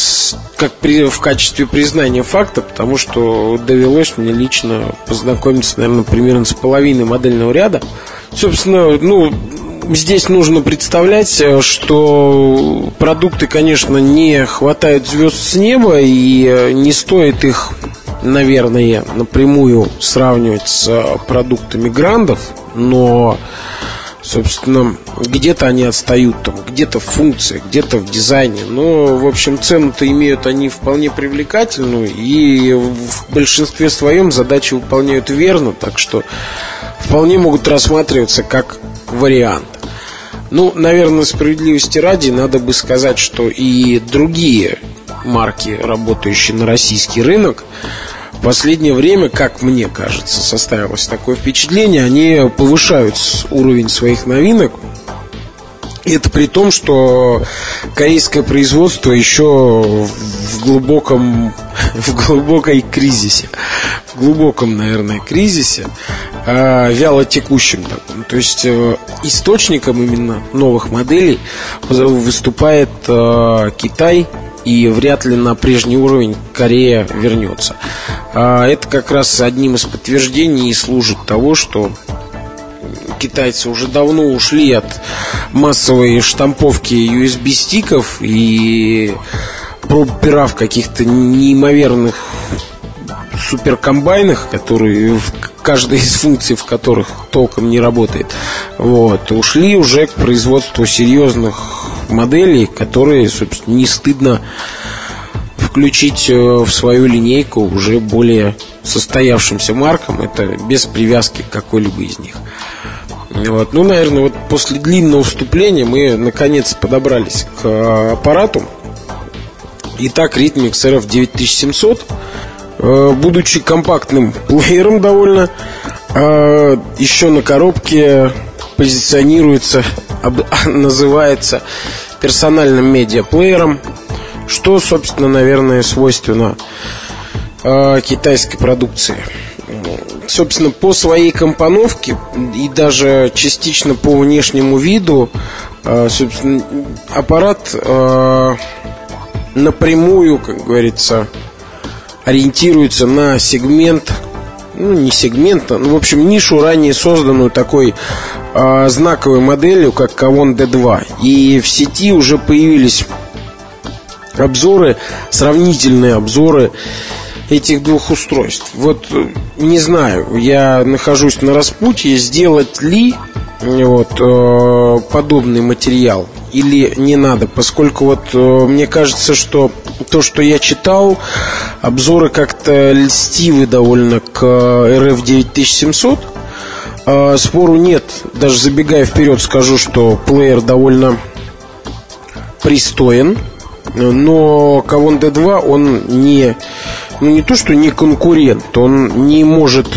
[SPEAKER 5] в качестве признания факта, потому что довелось мне лично познакомиться, наверное, примерно с половиной модельного ряда. Собственно, здесь нужно представлять, что продукты, конечно, не хватают звезд с неба, и не стоит их, наверное, напрямую сравнивать с продуктами грандов, но, собственно, где-то они отстают, где-то в функциях, где-то в дизайне. Но, в общем, цену-то имеют они вполне привлекательную, и в большинстве своем задачи выполняют верно, так что вполне могут рассматриваться как вариант. Наверное, справедливости ради надо бы сказать, что и другие марки, работающие на российский рынок, в последнее время, как мне кажется, составилось такое впечатление, они повышают уровень своих новинок. И это при том, что корейское производство еще в глубоком кризисе. В глубоком, наверное, кризисе, вяло текущем таком. То есть источником именно новых моделей выступает Китай, и вряд ли на прежний уровень Корея вернется. Это как раз одним из подтверждений и служит того, что китайцы уже давно ушли от массовой штамповки USB-стиков и проб-пера в каких-то неимоверных суперкомбайнах, которые каждая из функций в которых толком не работает. Ушли уже к производству серьезных моделей, которые, собственно, не стыдно включить в свою линейку уже более состоявшимся маркам. Это без привязки к какой-либо из них. Наверное, после длинного вступления мы наконец подобрались к аппарату. Итак, Rhythmix RF 9700, будучи компактным плеером довольно, еще на коробке позиционируется, называется персональным медиаплеером, что, собственно, наверное, свойственно китайской продукции. Собственно, по своей компоновке и даже частично по внешнему виду, собственно, аппарат напрямую, как говорится, ориентируется на сегмент, не сегмент, в общем, нишу, ранее созданную такой знаковой моделью, как Kavon D2. И в сети уже появились обзоры, сравнительные обзоры этих двух устройств. Не знаю, я нахожусь на распутье, сделать ли подобный материал или не надо, поскольку мне кажется, что то, что я читал, обзоры как-то льстивы довольно к RF 9700. Спору нет, даже забегая вперед скажу, что плеер довольно пристоен, Но Kavon D2, он не то, что не конкурент, он не может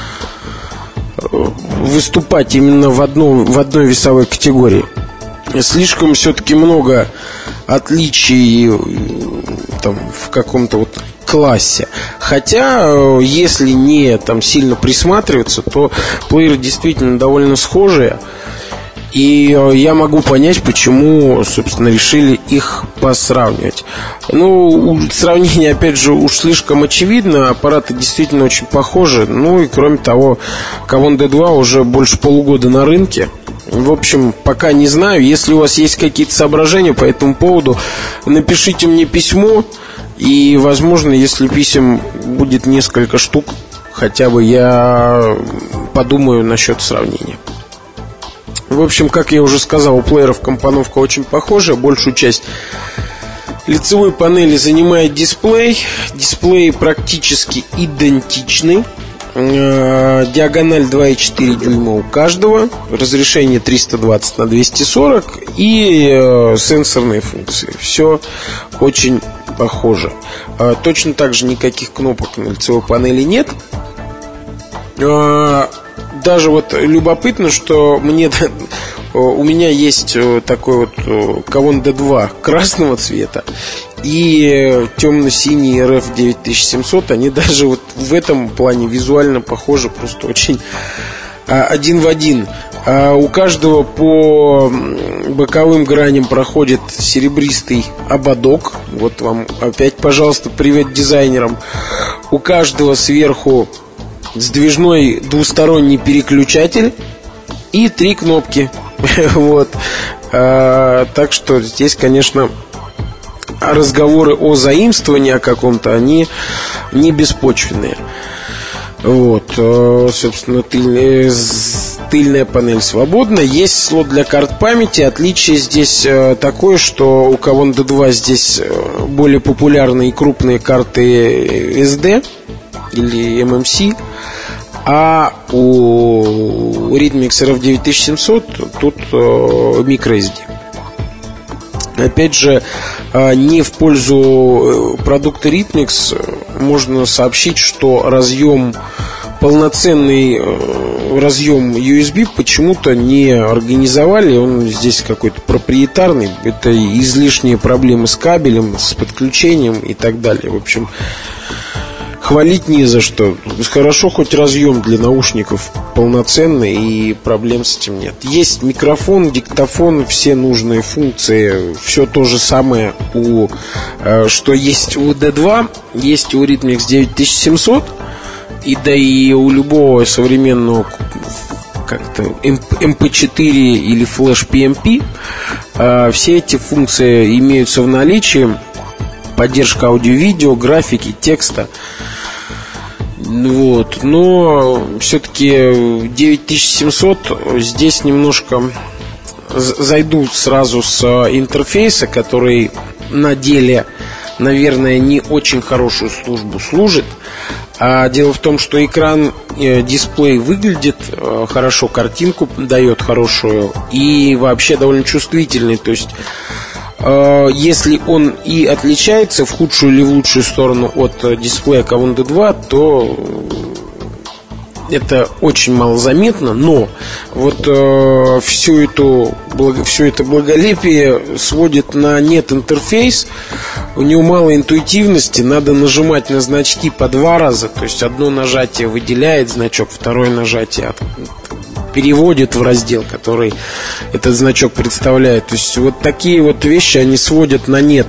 [SPEAKER 5] выступать именно в одной весовой категории. Слишком все-таки много отличий там, в каком-то вот классе. Хотя, если не там сильно присматриваться, то плееры действительно довольно схожие. И я могу понять, почему, собственно, решили их посравнивать. Ну, сравнение, опять же, уж слишком очевидно. Аппараты действительно очень похожи. Ну и, кроме того, Kavon D2 уже больше полугода на рынке. В общем, пока не знаю. Если у вас есть какие-то соображения по этому поводу, напишите мне письмо. И, возможно, если писем будет несколько штук, хотя бы я подумаю насчет сравнения. В общем, как я уже сказал, у плееров компоновка очень похожая. Большую часть лицевой панели занимает дисплей. Дисплей практически идентичный. Диагональ 2,4 дюйма у каждого. Разрешение 320 на 240. И сенсорные функции. Все очень похоже. Точно так же никаких кнопок на лицевой панели нет. Даже вот любопытно, что у меня есть такой вот Kavon D2 красного цвета и темно-синий RF 9700. Они даже вот в этом плане визуально похожи, просто очень один в один. У каждого по боковым граням проходит серебристый ободок. Вот вам опять, пожалуйста, привет дизайнерам. У каждого сверху сдвижной двусторонний переключатель и 3 кнопки. Вот. Так что здесь, конечно, разговоры о заимствовании о каком-то, они не беспочвенные. Вот. Собственно, тыльная панель свободна. Есть слот для карт памяти. Отличие здесь такое, что у Kavon D2 здесь более популярные и крупные карты SD или MMC, а у Rythmix RF 9700 тут microSD. Опять же, не в пользу продукта Rythmix можно сообщить, что полноценный разъем USB почему-то не организовали. Он здесь какой-то проприетарный. Это излишние проблемы с кабелем, с подключением и так далее. В общем, хвалить не за что. Хорошо, хоть разъем для наушников полноценный, и проблем с этим нет. Есть микрофон, диктофон, все нужные функции. Все то же самое, что есть у D2, есть у Rythmix 9700. И да и у любого современного как-то MP4 или Flash PMP все эти функции имеются в наличии. Поддержка аудио-видео, графики, текста. Вот. Но все-таки 9700 здесь немножко зайду сразу с интерфейса, который на деле, наверное, не очень хорошую службу служит. А дело в том, что экран, дисплей выглядит хорошо, картинку дает хорошую и вообще довольно чувствительный. То есть, если он и отличается в худшую или в лучшую сторону от дисплея Kavon D2, то это очень мало заметно. Но вот все это благолепие сводит на нет интерфейс. У него мало интуитивности. Надо нажимать на значки по 2 раза. То есть одно нажатие выделяет значок, второе нажатие переводит в раздел, который этот значок представляет. То есть вот такие вот вещи, они сводят на нет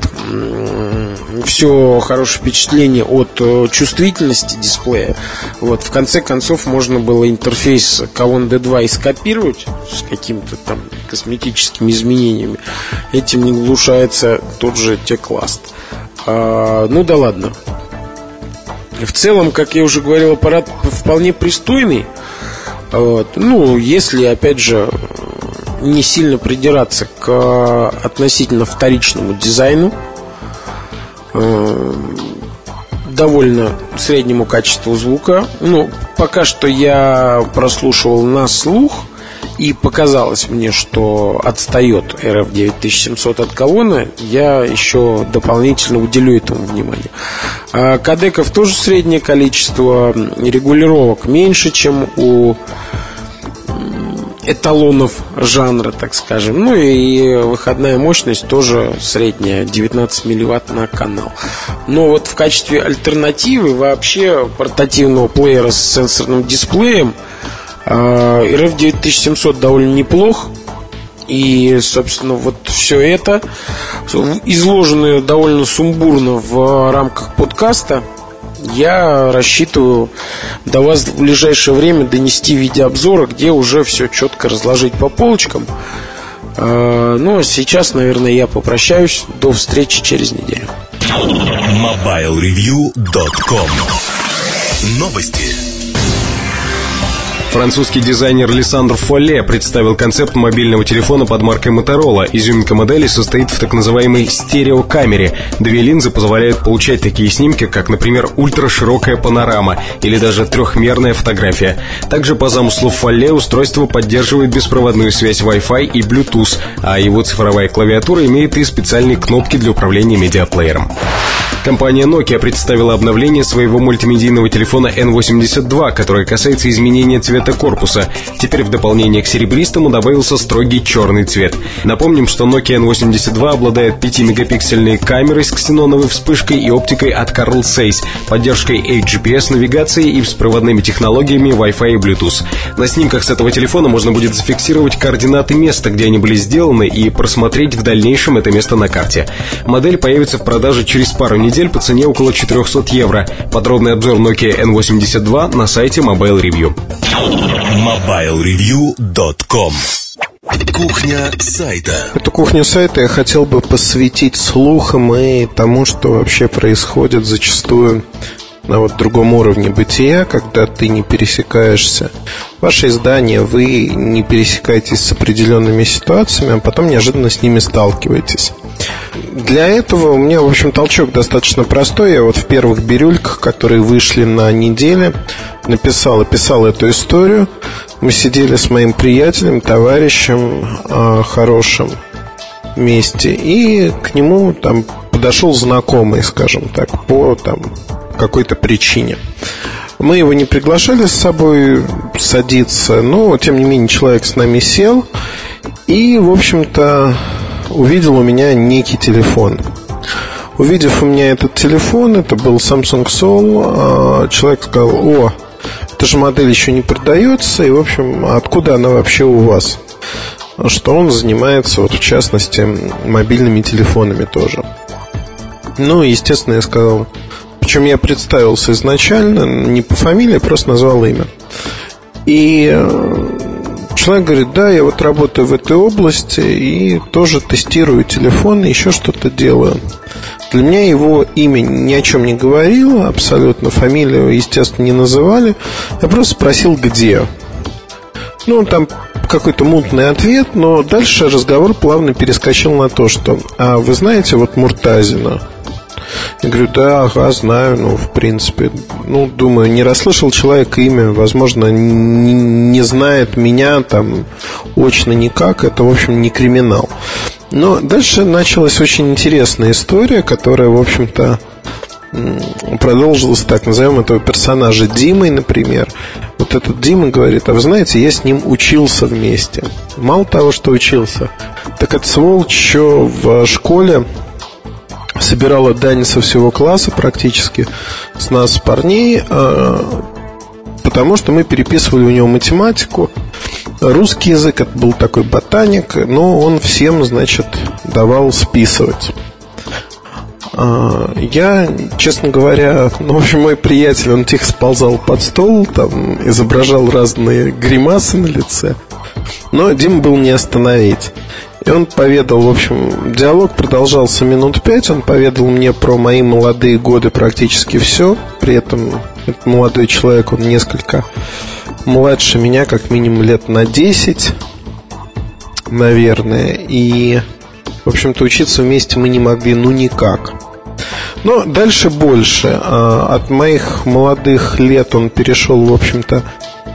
[SPEAKER 5] все хорошее впечатление от чувствительности дисплея. Вот, в конце концов, можно было интерфейс Kavon D2 и скопировать с какими-то там косметическими изменениями. Этим не глушается тот же Teclast. Ну да ладно. В целом, как я уже говорил, аппарат вполне пристойный. Вот. Ну, если, опять же, не сильно придираться к относительно вторичному дизайну, довольно среднему качеству звука. Ну, пока что я прослушивал на слух, и показалось мне, что отстает RF 9700 от колонны, я еще дополнительно уделю этому внимание. Кодеков тоже среднее количество, регулировок меньше, чем у эталонов жанра, так скажем. Ну и выходная мощность тоже средняя, 19 милливатт на канал. Но вот в качестве альтернативы вообще портативного плеера с сенсорным дисплеем RF 9700 довольно неплох. И, собственно, вот все это изложено довольно сумбурно в рамках подкаста. Я рассчитываю до вас в ближайшее время донести видеообзоры, где уже все четко разложить по полочкам. Ну, а сейчас, наверное, я попрощаюсь. До встречи через неделю.
[SPEAKER 1] MobileReview.com. Новости.
[SPEAKER 2] Французский дизайнер Лиссандр Фолле представил концепт мобильного телефона под маркой Motorola. Изюминка модели состоит в так называемой стереокамере. Две линзы позволяют получать такие снимки, как, например, ультраширокая панорама или даже трехмерная фотография. Также, по замыслу Фолле, устройство поддерживает беспроводную связь Wi-Fi и Bluetooth, а его цифровая клавиатура имеет и специальные кнопки для управления медиаплеером. Компания Nokia представила обновление своего мультимедийного телефона N82, которое касается изменения цвета корпуса. Теперь в дополнение к серебристому добавился строгий черный цвет. Напомним, что Nokia N82 обладает 5-мегапиксельной камерой с ксеноновой вспышкой и оптикой от Carl Zeiss, поддержкой HGPS-навигации и беспроводными технологиями Wi-Fi и Bluetooth. На снимках с этого телефона можно будет зафиксировать координаты места, где они были сделаны, и просмотреть в дальнейшем это место на карте. Модель появится в продаже через пару недель по цене около 400 евро. Подробный обзор Nokia N82 на сайте Mobile Review.
[SPEAKER 1] MobileReview.com. Кухня сайта.
[SPEAKER 3] Эту кухню сайта я хотел бы посвятить слухам и тому, что вообще происходит зачастую на вот другом уровне бытия, когда ты не пересекаешься. Ваше издание, вы не пересекаетесь с определенными ситуациями, а потом неожиданно с ними сталкиваетесь. Для этого у меня, в общем, толчок достаточно простой. Я вот в первых бирюльках, которые вышли на неделе, описал эту историю. Мы сидели с моим приятелем, товарищем хорошим вместе, и к нему там подошел знакомый, скажем так, по какой-то причине. Мы его не приглашали с собой садиться, но, тем не менее, человек с нами сел и, в общем-то, увидел у меня некий телефон. Увидев у меня этот телефон, это был Samsung Soul, человек сказал: «О, эта же модель еще не продается, и, в общем, откуда она вообще у вас?» Что он занимается, вот, в частности, мобильными телефонами тоже. Ну, естественно, я сказал, причем я представился изначально, не по фамилии, просто назвал имя. И человек говорит: да, я вот работаю в этой области и тоже тестирую телефоны, еще что-то делаю. Для меня его имя ни о чем не говорило, абсолютно, фамилию, естественно, не называли. Я просто спросил, где. Ну, там какой-то мутный ответ, но дальше разговор плавно перескочил на то, что: а вы знаете вот Муртазина? Я говорю: да, ага, знаю, ну, в принципе. Ну, думаю, не расслышал человек имя, возможно, не знает меня там очно никак. Это, в общем, не криминал. Но дальше началась очень интересная история, которая, в общем-то, продолжилась, так назовем этого персонажа Димой, например. Вот этот Дима говорит: а вы знаете, я с ним учился вместе. Мало того, что учился, так это сволочь еще в школе собирала дань со всего класса практически, с нас, парней, потому что мы переписывали у него математику, русский язык, это был такой ботаник, но он всем, значит, давал списывать. Я, честно говоря, в общем, мой приятель, он тихо сползал под стол, там изображал разные гримасы на лице, но Диму был не остановить. И он поведал, в общем, диалог продолжался минут 5. Он поведал мне про мои молодые годы практически все. При этом этот молодой человек, он несколько младше меня, как минимум лет на 10, наверное. И, в общем-то, учиться вместе мы не могли, ну никак. Но дальше больше. От моих молодых лет он перешел, в общем-то,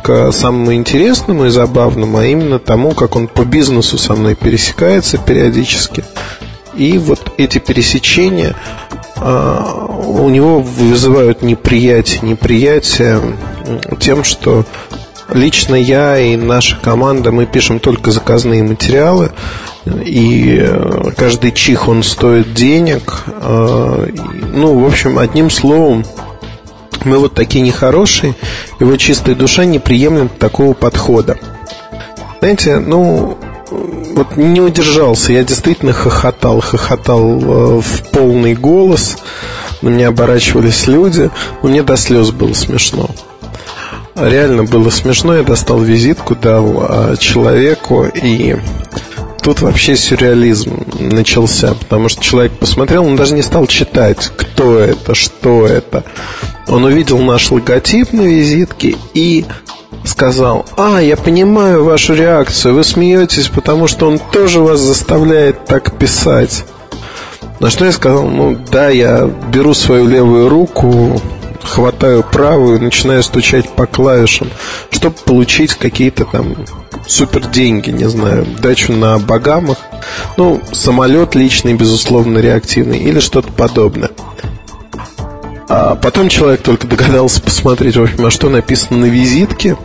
[SPEAKER 3] к самому интересному и забавному, а именно тому, как он по бизнесу со мной пересекается периодически. И вот эти пересечения у него вызывают неприятие тем, что лично я и наша команда, мы пишем только заказные материалы, и каждый чих, он стоит денег. Ну, в общем, одним словом, мы вот такие нехорошие, его чистая душа не приемлет такого подхода. Знаете, ну, вот не удержался, я действительно хохотал в полный голос. На меня оборачивались люди. Мне до слез было смешно. Реально было смешно. Я достал визитку, дал человеку, и тут вообще сюрреализм начался. Потому что человек посмотрел, он даже не стал читать, кто это, что это. Он увидел наш логотип на визитке и сказал: я понимаю вашу реакцию, вы смеетесь, потому что он тоже вас заставляет так писать. На что я сказал: ну да, я беру свою левую руку, хватаю правую, начинаю стучать по клавишам, чтобы получить какие-то там супер деньги, не знаю, дачу на Багамах, ну, самолет личный, безусловно, реактивный или что-то подобное. А потом человек только догадался посмотреть, в общем, что написано на визитке,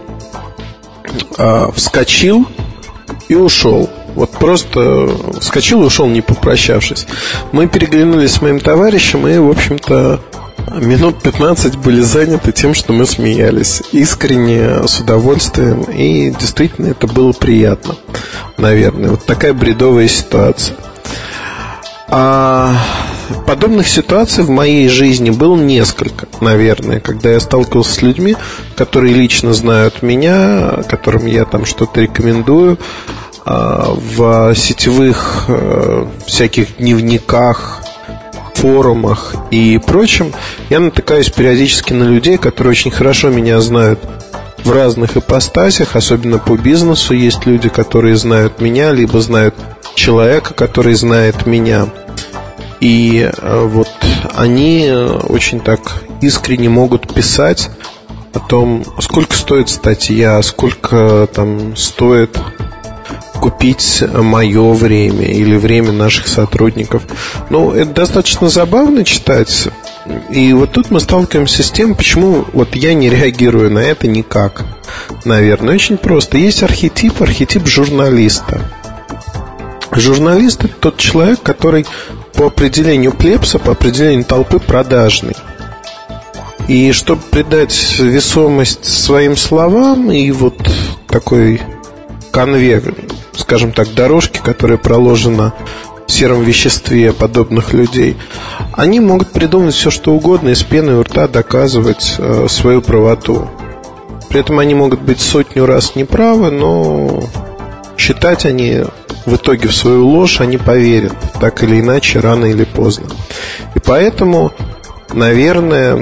[SPEAKER 3] вскочил и ушел. Вот просто вскочил и ушел, не попрощавшись. Мы переглянулись с моим товарищем и, в общем-то, минут 15 были заняты тем, что мы смеялись искренне, с удовольствием. И действительно это было приятно, наверное. Вот такая бредовая ситуация. Подобных ситуаций в моей жизни было несколько, наверное, когда я сталкивался с людьми, которые лично знают меня, которым я там что-то рекомендую, в сетевых всяких дневниках, форумах и прочем. Я натыкаюсь периодически на людей, которые очень хорошо меня знают в разных ипостасях, особенно по бизнесу. Есть люди, которые знают меня, либо знают человека, который знает меня. И вот они очень так искренне могут писать о том, сколько стоит статья, сколько там стоит купить мое время или время наших сотрудников. Ну, это достаточно забавно читать. И вот тут мы сталкиваемся с тем, почему вот я не реагирую на это никак. Наверное, очень просто. Есть архетип журналиста. Журналист — это тот человек, который по определению плебса, по определению толпы продажный. И чтобы придать весомость своим словам и вот такой конве, скажем так, дорожки, которая проложена в сером веществе подобных людей, они могут придумать все, что угодно, и с пеной у рта доказывать свою правоту. При этом они могут быть 100 раз неправы, но считать они в итоге в свою ложь они поверят, так или иначе, рано или поздно. И поэтому, наверное,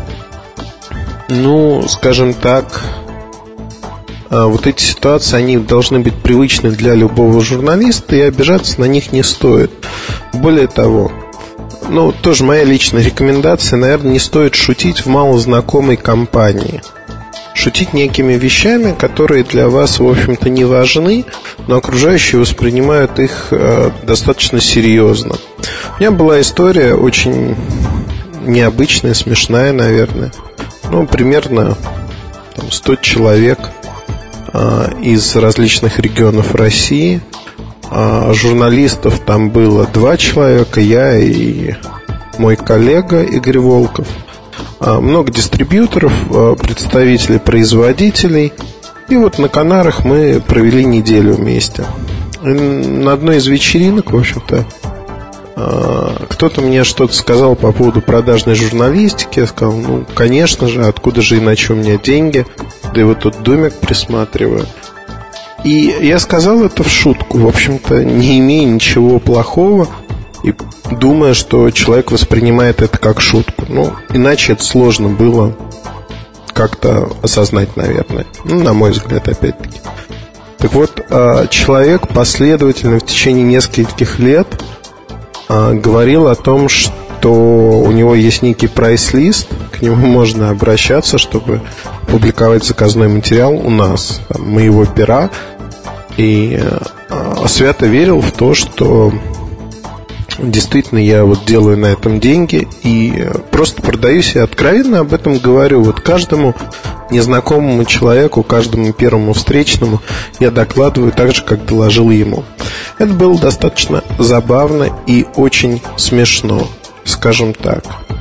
[SPEAKER 3] ну, скажем так, вот эти ситуации, они должны быть привычны для любого журналиста, и обижаться на них не стоит. Более того, ну, тоже моя личная рекомендация: наверное, не стоит шутить в малознакомой компании. Шутить некими вещами, которые для вас, в общем-то, не важны, но окружающие воспринимают их достаточно серьезно. У меня была история очень необычная, смешная, наверное. Ну, примерно 100 человек из различных регионов России. Журналистов там было 2 человека, я и мой коллега Игорь Волков. Много дистрибьюторов, представителей производителей. И вот на Канарах мы провели неделю вместе. И на одной из вечеринок, в общем-то, кто-то мне что-то сказал по поводу продажной журналистики. Я сказал: ну, конечно же, откуда же иначе у меня деньги? Да и вот тут домик присматриваю. И я сказал это в шутку, в общем-то, не имея ничего плохого, и думая, что человек воспринимает это как шутку. Ну, иначе это сложно было как-то осознать, наверное. Ну, на мой взгляд, опять-таки. Так вот, человек последовательно в течение нескольких лет говорил о том, что что у него есть некий прайс-лист, к нему можно обращаться, чтобы публиковать заказной материал у нас, там, моего пера. И свято верил в то, что действительно я вот делаю на этом деньги и просто продаюсь и откровенно об этом говорю. Вот каждому незнакомому человеку, каждому первому встречному я докладываю так же, как доложил ему. Это было достаточно забавно и очень смешно, скажем так.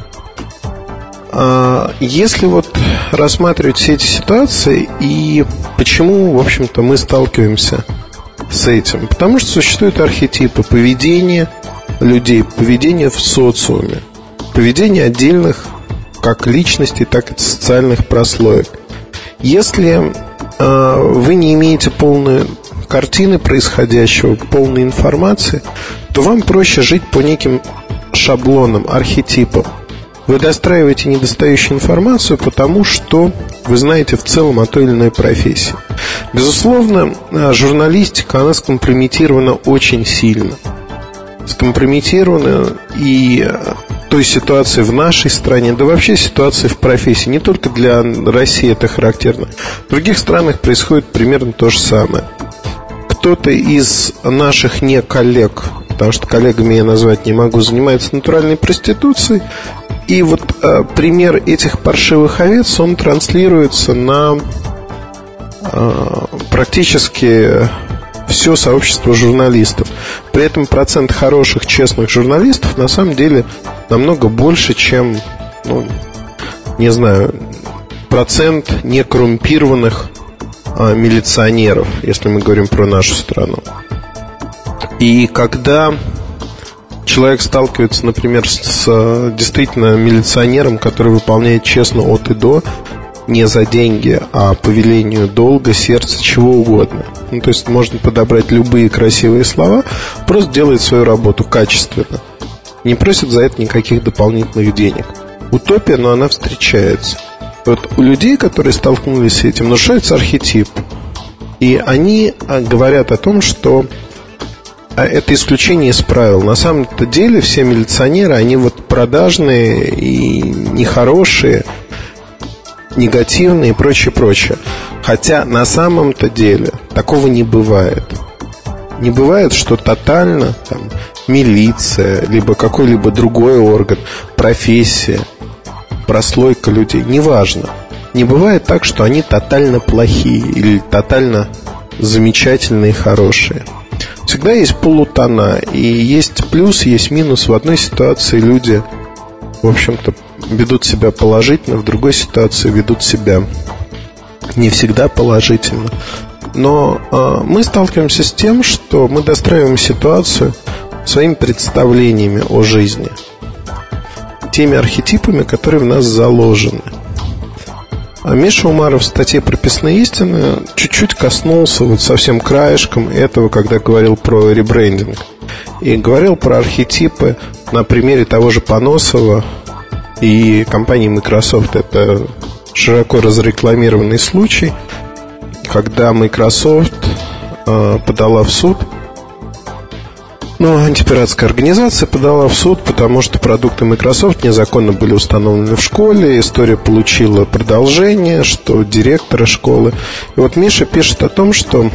[SPEAKER 3] Если вот рассматривать все эти ситуации и почему, в общем-то, мы сталкиваемся с этим? Потому что существуют архетипы поведения людей, поведения в социуме, поведение отдельных как личностей, так и социальных прослоек. Если вы не имеете полной картины происходящего, полной информации, то вам проще жить по неким шаблонам, архетипам. Вы достраиваете недостающую информацию, потому что вы знаете в целом о той или иной профессии. Безусловно, журналистика, она скомпрометирована очень сильно. Скомпрометирована и той ситуации в нашей стране, да вообще ситуации в профессии. Не только для России это характерно. В других странах происходит примерно то же самое. Кто-то из наших не коллег, потому что коллегами я назвать не могу, занимается натуральной проституцией. И вот пример этих паршивых овец, он транслируется на практически все сообщество журналистов. При этом процент хороших, честных журналистов на самом деле намного больше, чем, не знаю, процент некоррумпированных милиционеров, если мы говорим про нашу страну. И когда человек сталкивается, например, с действительно милиционером, который выполняет честно от и до, не за деньги, а по велению долга, сердца, чего угодно. То есть можно подобрать любые красивые слова, просто делает свою работу качественно, не просит за это никаких дополнительных денег. Утопия, но она встречается. Вот у людей, которые столкнулись с этим, нарушается архетип. И они говорят о том, что это исключение из правил. На самом-то деле все милиционеры, они вот продажные и нехорошие, негативные и прочее. Хотя на самом-то деле такого не бывает. Не бывает, что тотально там, милиция, либо какой-либо другой орган, профессия, прослойка людей, неважно. Не бывает так, что они тотально плохие или тотально замечательные и хорошие. Всегда есть полутона, и есть плюс, есть минус. В одной ситуации люди, в общем-то, ведут себя положительно, в другой ситуации ведут себя не всегда положительно. Но мы сталкиваемся с тем, что мы достраиваем ситуацию своими представлениями о жизни, теми архетипами, которые в нас заложены. Миша Умаров в статье «Прописные истины» чуть-чуть коснулся вот совсем краешком этого, когда говорил про ребрендинг. И говорил про архетипы на примере того же Поносова и компании Microsoft. Это широко разрекламированный случай, когда Microsoft подала в суд. Антипиратская организация подала в суд, потому что продукты Microsoft незаконно были установлены в школе. История получила продолжение, что директора школы. И вот Миша пишет о том, что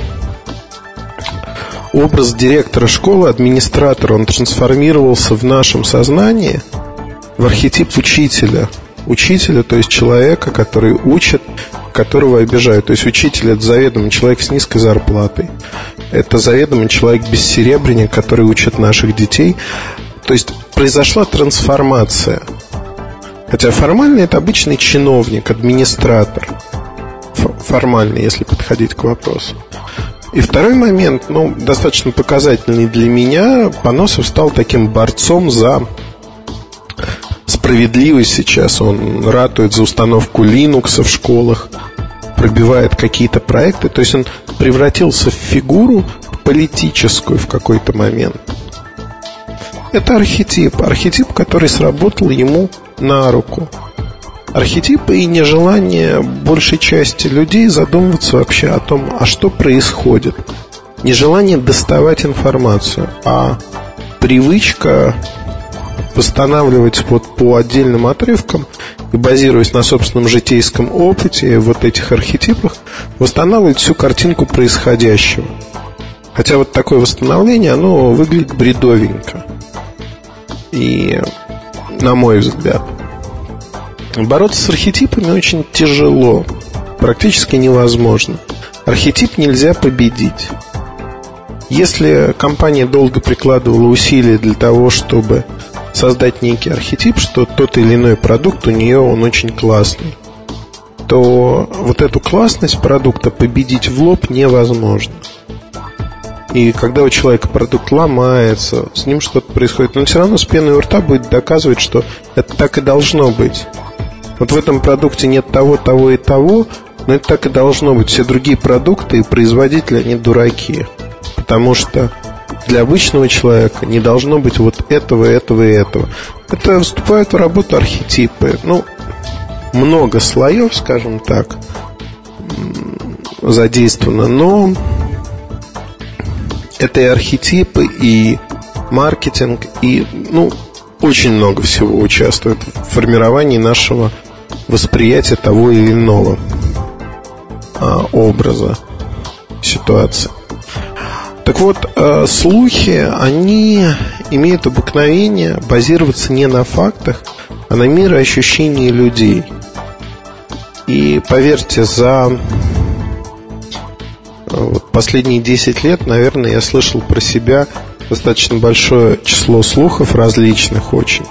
[SPEAKER 3] образ директора школы, администратора, он трансформировался в нашем сознании в архетип учителя. Учителя, то есть человека, который учит, которого обижают. То есть учитель — это заведомо человек с низкой зарплатой. Это заведомо человек бессеребренник, который учит наших детей. То есть произошла трансформация. Хотя формально это обычный чиновник, администратор. Формально, если подходить к вопросу. И второй момент, достаточно показательный для меня. Поносов стал таким борцом за справедливость сейчас. Он ратует за установку Linux в школах, пробивает какие-то проекты. То есть он превратился в фигуру политическую в какой-то момент. Это архетип, который сработал ему на руку. Архетип и нежелание большей части людей задумываться вообще о том, а что происходит. Нежелание доставать информацию, а привычка восстанавливать вот по отдельным отрывкам и, базируясь на собственном житейском опыте, вот этих архетипах, восстанавливать всю картинку происходящего. Хотя вот такое восстановление, оно выглядит бредовенько. И, на мой взгляд, бороться с архетипами очень тяжело, практически невозможно. Архетип нельзя победить. Если компания долго прикладывала усилия для того, чтобы создать некий архетип, что тот или иной продукт у нее, он очень классный, то вот эту классность продукта победить в лоб невозможно. И когда у человека продукт ломается, с ним что-то происходит, он все равно с пеной у рта будет доказывать, что это так и должно быть. Вот в этом продукте нет того, того и того, но это так и должно быть. Все другие продукты и производители, они дураки. Потому что для обычного человека не должно быть вот этого, этого и этого. Это вступают в работу архетипы. Ну, много слоев, скажем так, задействовано, но это и архетипы, и маркетинг, и, очень много всего участвует в формировании нашего восприятия того или иного образа, ситуации. Так вот, слухи, они имеют обыкновение базироваться не на фактах, а на мироощущении людей. И поверьте, за последние 10 лет, наверное, я слышал про себя достаточно большое число слухов различных очень.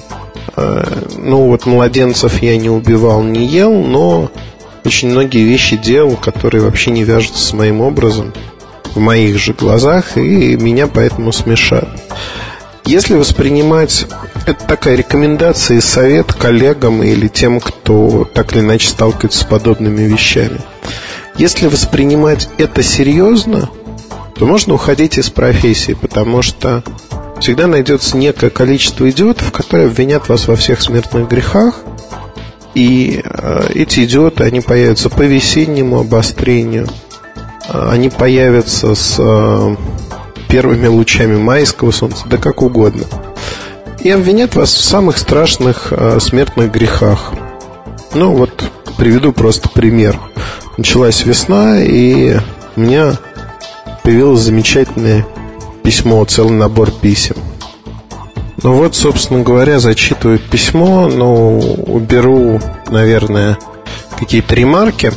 [SPEAKER 3] Младенцев я не убивал, не ел, но очень многие вещи делал, которые вообще не вяжутся с моим образом в моих же глазах, и меня поэтому смешат. Если воспринимать это такая рекомендация и совет коллегам или тем, кто так или иначе сталкивается с подобными вещами, если воспринимать это серьезно, то можно уходить из профессии, потому что всегда найдется некое количество идиотов, которые обвинят вас во всех смертных грехах. И эти идиоты, они появятся по весеннему обострению, они появятся с первыми лучами майского солнца, да как угодно, и обвинят вас в самых страшных смертных грехах. Приведу просто пример. Началась весна, и у меня появилось замечательное письмо, целый набор писем. Собственно говоря, зачитываю письмо, уберу, наверное, какие-то ремарки.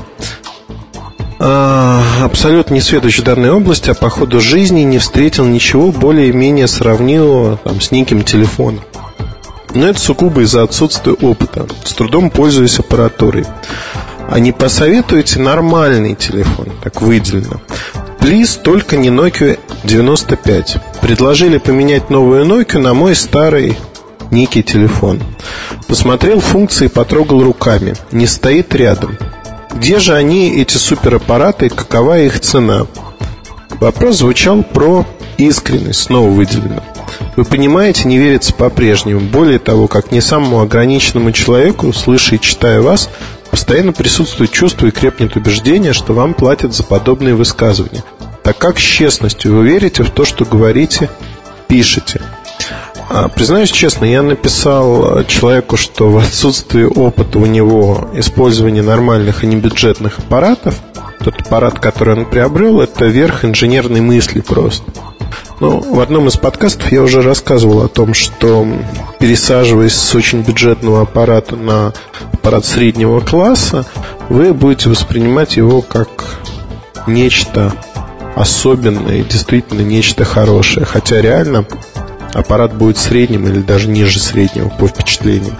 [SPEAKER 3] Абсолютно не сведущий в данной области, а по ходу жизни не встретил ничего более-менее сравнимого с неким телефоном. Но это сугубо из-за отсутствия опыта. С трудом пользуюсь аппаратурой. А не посоветуете нормальный телефон? Так выделено. Плиз, только не Nokia 95. Предложили поменять новую Nokia на мой старый некий телефон. Посмотрел функции, потрогал руками. Не стоит рядом. Где же они, эти супераппараты, и какова их цена? Вопрос звучал про искренность, снова выделено. Вы понимаете, не верится по-прежнему. Более того, как не самому ограниченному человеку, слыша и читая вас, постоянно присутствует чувство и крепнет убеждение, что вам платят за подобные высказывания. Так как с честностью вы верите в то, что говорите, пишете? Признаюсь честно, я написал человеку, что в отсутствии опыта у него использования нормальных и небюджетных аппаратов, тот аппарат, который он приобрел, это верх инженерной мысли просто. В одном из подкастов я уже рассказывал о том, что, пересаживаясь с очень бюджетного аппарата на аппарат среднего класса, вы будете воспринимать его как нечто особенное и действительно нечто хорошее. Хотя реально аппарат будет средним или даже ниже среднего по впечатлениям.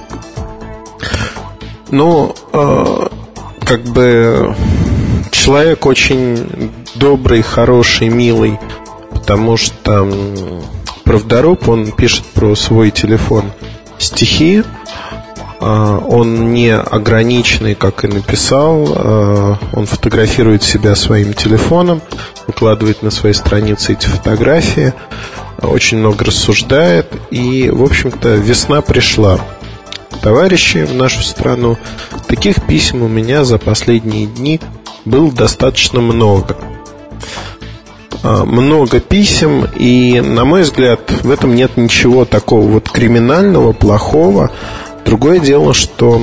[SPEAKER 3] Человек очень добрый, хороший, милый, потому что правдоруб, он пишет про свой телефон стихи. Он не ограниченный, как и написал. Он фотографирует себя своим телефоном, выкладывает на свои страницы эти фотографии, очень много рассуждает. И, в общем-то, весна пришла, товарищи, в нашу страну. Таких писем у меня за последние дни было достаточно много. много писем, и, на мой взгляд, в этом нет ничего такого вот криминального, плохого. Другое дело, что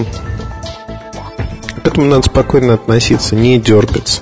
[SPEAKER 3] к этому надо спокойно относиться, не дергаться.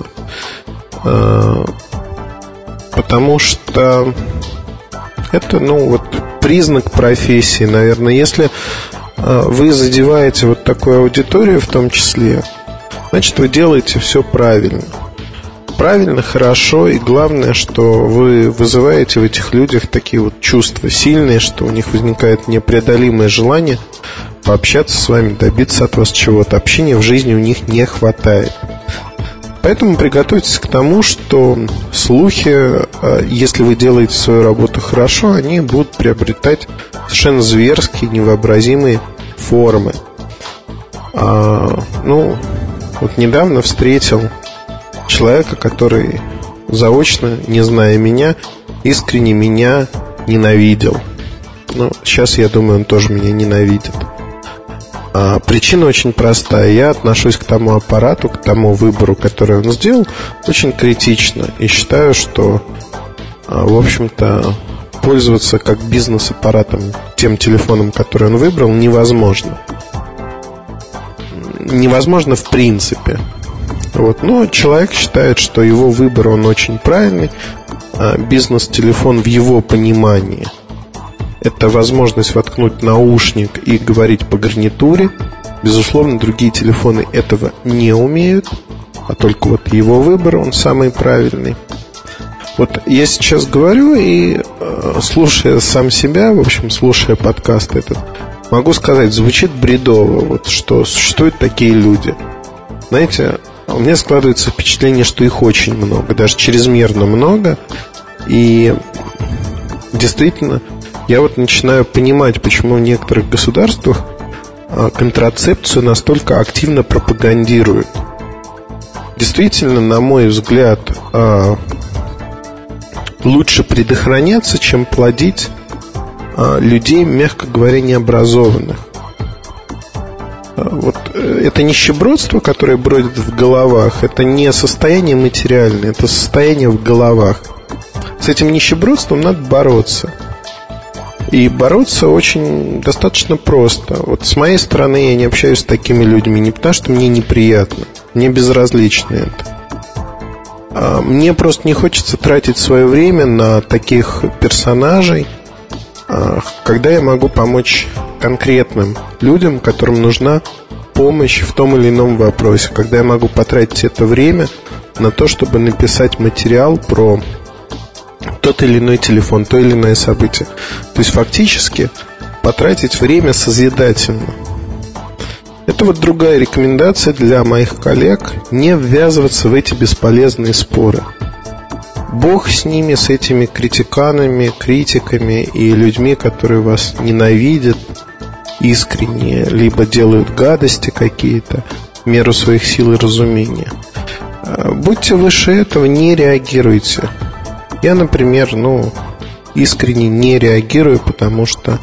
[SPEAKER 3] Потому что это, признак профессии, наверное. Если вы задеваете вот такую аудиторию в том числе, значит, вы делаете все правильно. Правильно, хорошо, и главное, что вы вызываете в этих людях такие вот чувства сильные, что у них возникает непреодолимое желание пообщаться с вами, добиться от вас чего-то. Общения в жизни у них не хватает. Поэтому приготовьтесь к тому, что слухи, если вы делаете свою работу хорошо, они будут приобретать совершенно зверские, невообразимые формы. Вот недавно встретил человека, который заочно, не зная меня, искренне меня ненавидел. Сейчас, я думаю, он тоже меня ненавидит. Причина очень простая. Я отношусь к тому аппарату, к тому выбору, который он сделал, очень критично. И считаю, что, в общем-то, пользоваться как бизнес-аппаратом тем телефоном, который он выбрал, невозможно. Невозможно в принципе. Но человек считает, что его выбор, он очень правильный. Бизнес-телефон в его понимании — это возможность воткнуть наушник и говорить по гарнитуре. Безусловно, другие телефоны этого не умеют, а только вот его выбор, он самый правильный. Вот я сейчас говорю и, слушая сам себя, в общем, слушая подкаст этот, могу сказать, звучит бредово, что существуют такие люди. Знаете, у меня складывается впечатление, что их очень много, даже чрезмерно много. И действительно, я начинаю понимать, почему в некоторых государствах контрацепцию настолько активно пропагандируют. Действительно, на мой взгляд, лучше предохраняться, чем плодить людей, мягко говоря, необразованных. Это нищебродство, которое бродит в головах, это не состояние материальное, это состояние в головах. С этим нищебродством надо бороться. И бороться очень достаточно просто. С моей стороны, я не общаюсь с такими людьми не потому, что мне неприятно, мне безразлично это. Мне просто не хочется тратить свое время на таких персонажей, когда я могу помочь конкретным людям, которым нужна помощь в том или ином вопросе, когда я могу потратить это время на то, чтобы написать материал про тот или иной телефон, то или иное событие. То есть фактически потратить время созидательно. Это другая рекомендация для моих коллег: не ввязываться в эти бесполезные споры. Бог с ними, с этими критиканами, критиками и людьми, которые вас ненавидят искренне, либо делают гадости какие-то в меру своих сил и разумения. Будьте выше этого, не реагируйте. Я, например, искренне не реагирую, потому что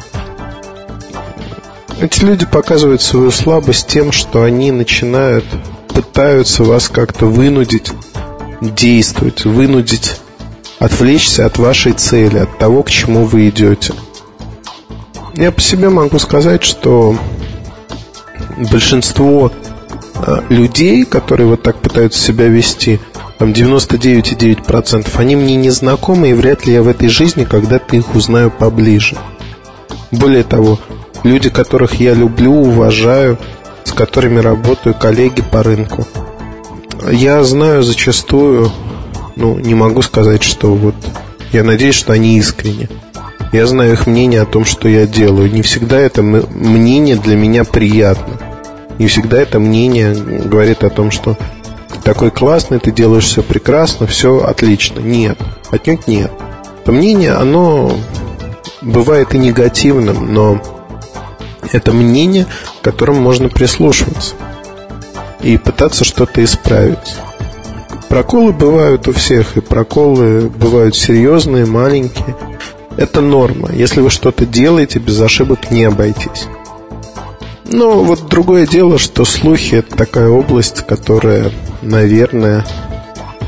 [SPEAKER 3] эти люди показывают свою слабость тем, что они пытаются вас как-то вынудить действовать, вынудить отвлечься от вашей цели, от того, к чему вы идете. Я по себе могу сказать, что большинство людей, которые так пытаются себя вести, 99,9%, они мне не знакомы, и вряд ли я в этой жизни когда-то их узнаю поближе. Более того, люди, которых я люблю, уважаю, с которыми работаю, коллеги по рынку, я знаю зачастую, не могу сказать, что я надеюсь, что они искренне. Я знаю их мнение о том, что я делаю. Не всегда это мнение для меня приятно. Не всегда это мнение говорит о том, что ты такой классный, ты делаешь все прекрасно, все отлично. Нет, отнюдь нет. Это мнение, оно бывает и негативным, но это мнение, к которому можно прислушиваться и пытаться что-то исправить. Проколы бывают у всех, и проколы бывают серьезные, маленькие. Это норма. Если вы что-то делаете, без ошибок не обойтись. Но другое дело, что слухи — это такая область, которая, наверное,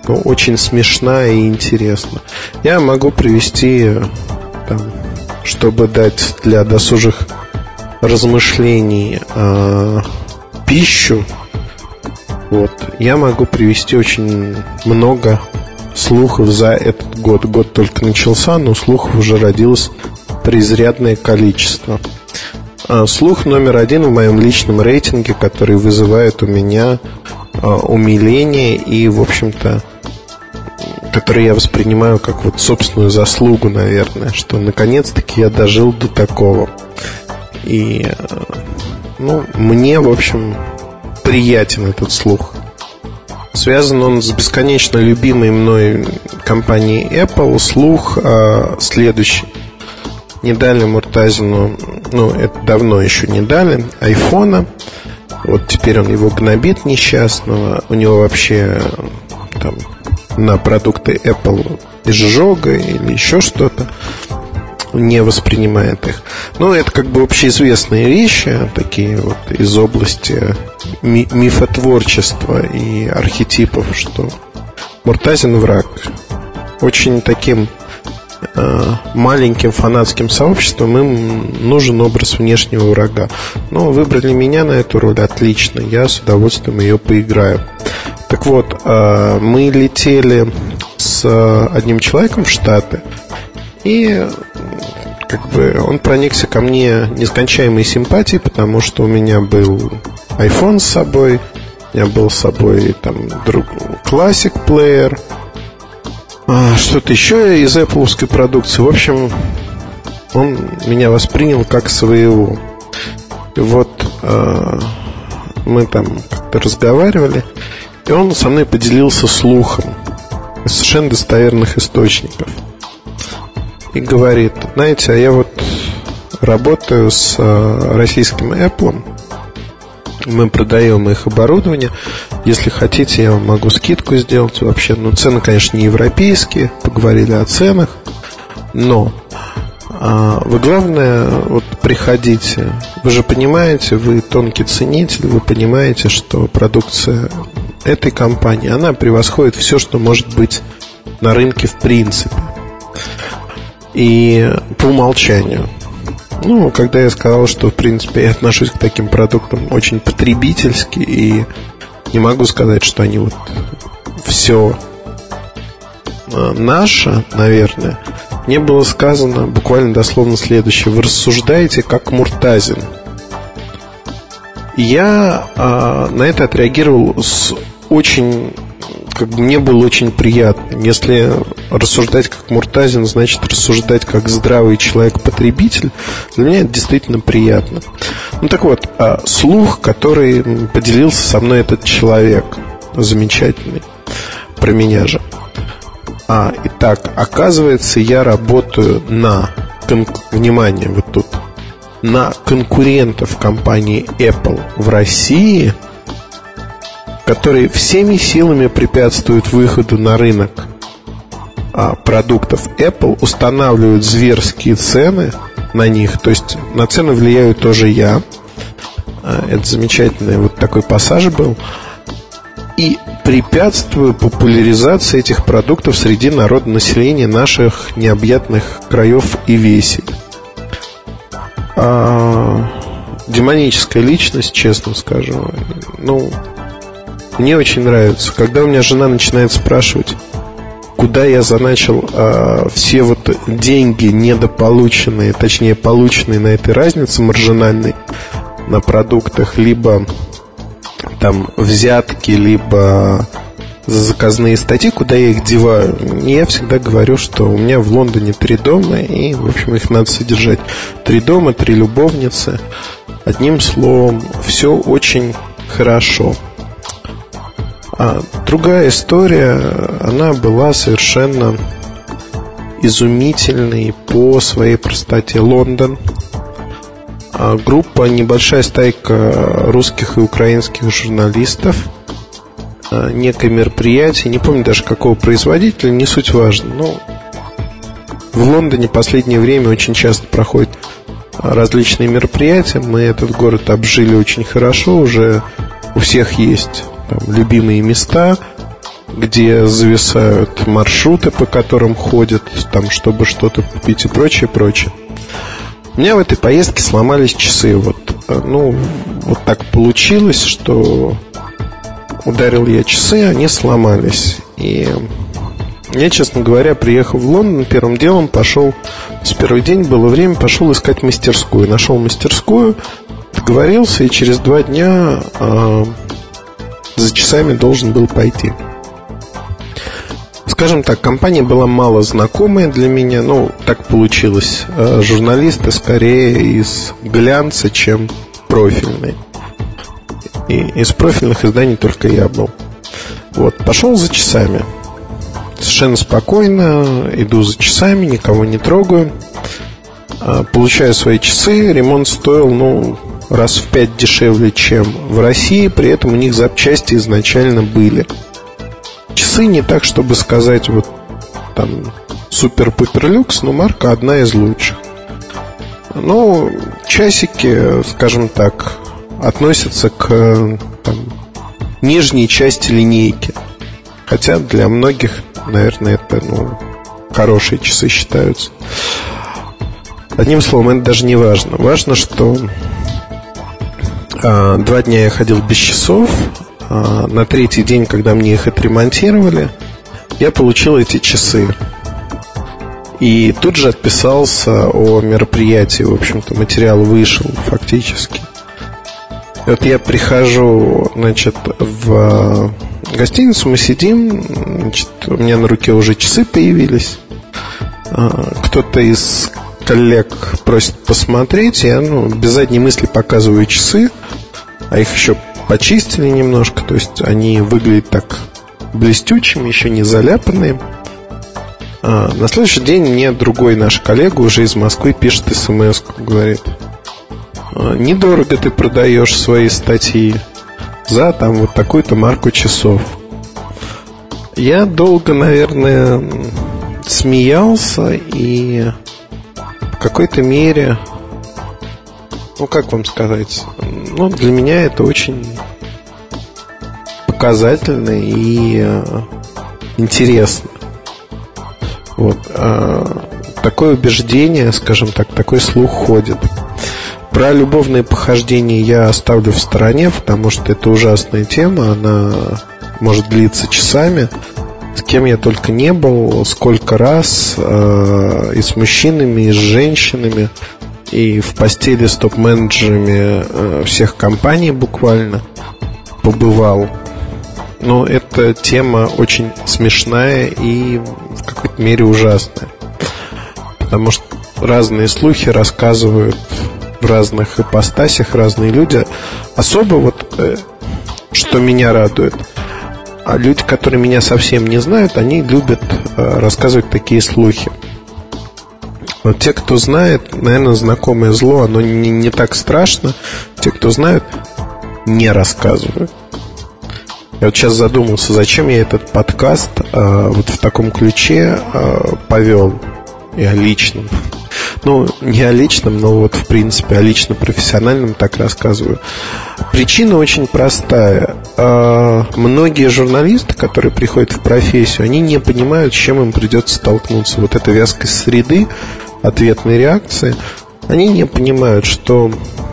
[SPEAKER 3] очень смешна и интересна. Я могу привести, там, чтобы дать для досужих размышлений пищу. Вот, я могу привести очень много слухов за этот год. Год только начался, но слухов уже родилось преизрядное количество. Слух номер один в моем личном рейтинге, который вызывает у меня умиление и, в общем-то, который я воспринимаю как вот собственную заслугу, наверное, что наконец-таки я дожил до такого. И, мне, в общем, приятен этот слух. Связан он с бесконечно любимой мной компанией Apple. Слух следующий. Не дали Муртазину, это давно еще не дали, айфона. Вот теперь он его гнобит несчастного. У него вообще там на продукты Apple изжога или еще что-то, не воспринимает их. Это как бы общеизвестные вещи, такие вот из области мифотворчества и архетипов, что Муртазин враг. Очень таким маленьким фанатским сообществом им нужен образ внешнего врага. Но выбрали меня на эту роль, отлично. Я с удовольствием ее поиграю. Так вот, мы летели с одним человеком в Штаты, и как бы он проникся ко мне нескончаемой симпатией, потому что у меня был iPhone с собой, у меня был с собой там Classic Player, что-то еще из Apple-овской продукции. В общем, он меня воспринял как своего. И вот мы там как-то разговаривали, и он со мной поделился слухом из совершенно достоверных источников. И говорит: знаете, а я вот работаю с российским Apple, мы продаем их оборудование. Если хотите, я вам могу скидку сделать. Вообще, цены, конечно, не европейские. Поговорили о ценах. Но вы, главное, вот приходите. Вы же понимаете, вы тонкий ценитель, вы понимаете, что продукция этой компании, она превосходит все, что может быть на рынке в принципе. И по умолчанию. Когда я сказал, что, в принципе, я отношусь к таким продуктам очень потребительски, и не могу сказать, что они вот все наше, наверное, мне было сказано буквально дословно следующее: вы рассуждаете как Муртазин. И я на это отреагировал с очень... мне было очень приятно. Если рассуждать как Муртазин, значит рассуждать как здравый человек-потребитель. Для меня это действительно приятно. Так вот, слух, который поделился со мной этот человек, замечательный, про меня же. Итак, оказывается, я работаю на внимание, вот тут, на конкурентов компании Apple в России, которые всеми силами препятствуют выходу на рынок продуктов Apple, устанавливают зверские цены на них. То есть на цену влияю тоже я. Это замечательный вот такой пассаж был. И препятствую популяризации этих продуктов среди народонаселения наших необъятных краев и весей. Демоническая личность, честно скажу. Мне очень нравится, когда у меня жена начинает спрашивать, куда я заначил все вот деньги недополученные, точнее полученные на этой разнице маржинальной на продуктах, либо там взятки, либо заказные статьи, куда я их деваю. И я всегда говорю, что у меня в Лондоне 3 дома, и, в общем, их надо содержать. 3 дома, 3 любовницы. Одним словом, все очень хорошо. Другая история, она была совершенно изумительной по своей простоте. Лондон. Группа, небольшая стайка русских и украинских журналистов. Некое мероприятие, не помню даже какого производителя, не суть важно. Но в Лондоне в последнее время очень часто проходят различные мероприятия. Мы этот город обжили очень хорошо. Уже у всех есть там любимые места. где зависают маршруты, по которым ходят, там, чтобы что-то купить и прочее, прочее. У меня в этой поездке сломались часы. Вот так получилось, что ударил я часы, они сломались. И я, честно говоря, приехал в Лондон, первым делом с первый день было время, пошел искать мастерскую. Нашел мастерскую, договорился, и через 2 дня за часами должен был пойти. Скажем так, компания была мало знакомая для меня. Так получилось. Журналисты скорее из глянца, чем профильные. И из профильных изданий только я был. Пошел за часами. Совершенно спокойно иду за часами, никого не трогаю. Получаю свои часы. Ремонт стоил, раз в 5 дешевле, чем в России. При этом у них запчасти изначально были. Часы не так, чтобы сказать, супер-пупер люкс, но марка одна из лучших. Часики, скажем так, относятся к нижней части линейки. Хотя для многих, наверное, это хорошие часы считаются. Одним словом, это даже не важно. Важно, что 2 дня я ходил без часов. На 3-й день, когда мне их отремонтировали, я получил эти часы. И тут же отписался о мероприятии. В общем-то, материал вышел фактически. Я прихожу, в гостиницу, мы сидим, у меня на руке уже часы появились. Кто-то из коллег просит посмотреть. Я, без задней мысли показываю часы, а их еще почистили немножко, то есть они выглядят так блестючими, еще не заляпанные. На следующий день мне другой наш коллега уже из Москвы пишет смс-ку, говорит: недорого ты продаешь свои статьи за такую-то марку часов. Я долго, наверное, смеялся, и в какой-то мере, как вам сказать, для меня это очень показательно и интересно. Такое убеждение, скажем так, такой слух ходит. Про любовные похождения я оставлю в стороне, потому что это ужасная тема. Она может длиться часами. С кем я только не был, сколько раз, и с мужчинами, и с женщинами, и в постели с топ-менеджерами всех компаний буквально побывал. Но эта тема очень смешная и в какой-то мере ужасная, потому что разные слухи рассказывают в разных ипостасях разные люди. Особо что меня радует, а люди, которые меня совсем не знают, они любят рассказывать такие слухи. Те, кто знает, наверное, знакомое зло, оно не так страшно. Те, кто знают, не рассказывают. Я сейчас задумался, зачем я этот подкаст в таком ключе повел. И о личном. Не о личном, но в принципе о лично-профессиональном так рассказываю. Причина очень простая. Многие журналисты, которые приходят в профессию, они не понимают, с чем им придется столкнуться. Эта вязкость среды, ответной реакции, они не понимают, что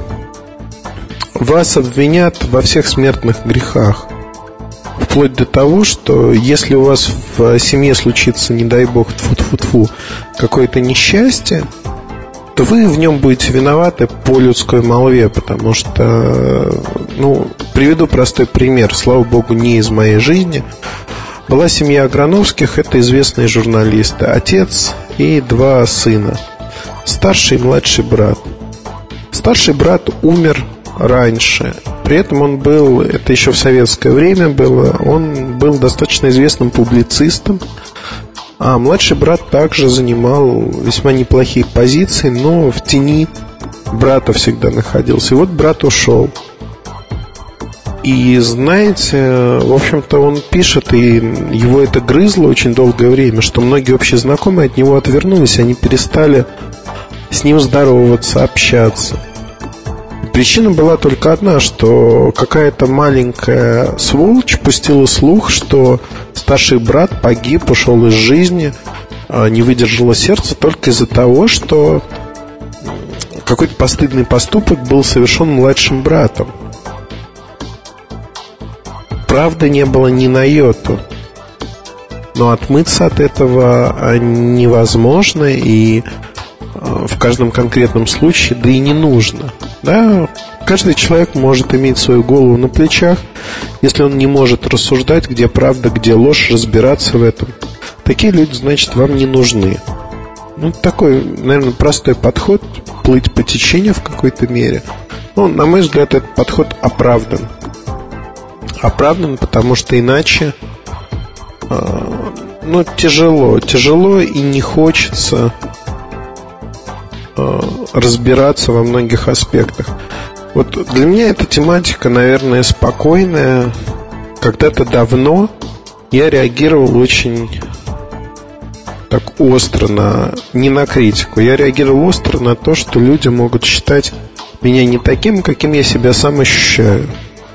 [SPEAKER 3] вас обвинят во всех смертных грехах. Вплоть до того, что если у вас в семье случится, не дай бог, тьфу-тьфу-тьфу, какое-то несчастье, то вы в нем будете виноваты по людской молве. Потому что, приведу простой пример, слава богу, не из моей жизни. Была семья Аграновских, это известные журналисты, отец и 2 сына, старший и младший брат. Старший брат умер раньше. При этом он был, это еще в советское время было, он был достаточно известным публицистом. А младший брат также занимал весьма неплохие позиции, но в тени брата всегда находился. И брат ушел. И знаете, в общем-то, он пишет, и его это грызло очень долгое время, что многие общие знакомые от него отвернулись, они перестали с ним здороваться, общаться. причина была только одна, что какая-то маленькая сволочь пустила слух, что старший брат погиб, ушел из жизни, не выдержало сердце только из-за того, что какой-то постыдный поступок был совершен младшим братом. Правды не было ни на йоту. Но отмыться от этого невозможно, и в каждом конкретном случае, да и не нужно. Да, каждый человек может иметь свою голову на плечах, если он не может рассуждать, где правда, где ложь, разбираться в этом. Такие люди, значит, вам не нужны. Ну, такой, наверное, простой подход, плыть по течению в какой-то мере. Ну, на мой взгляд, этот подход оправдан. Оправдан, потому что иначе тяжело и не хочется разбираться во многих аспектах. Вот для меня эта тематика, наверное, спокойная. Когда-то давно я реагировал очень так остро не на критику. Я реагировал остро на то, что люди могут считать меня не таким, каким я себя сам ощущаю.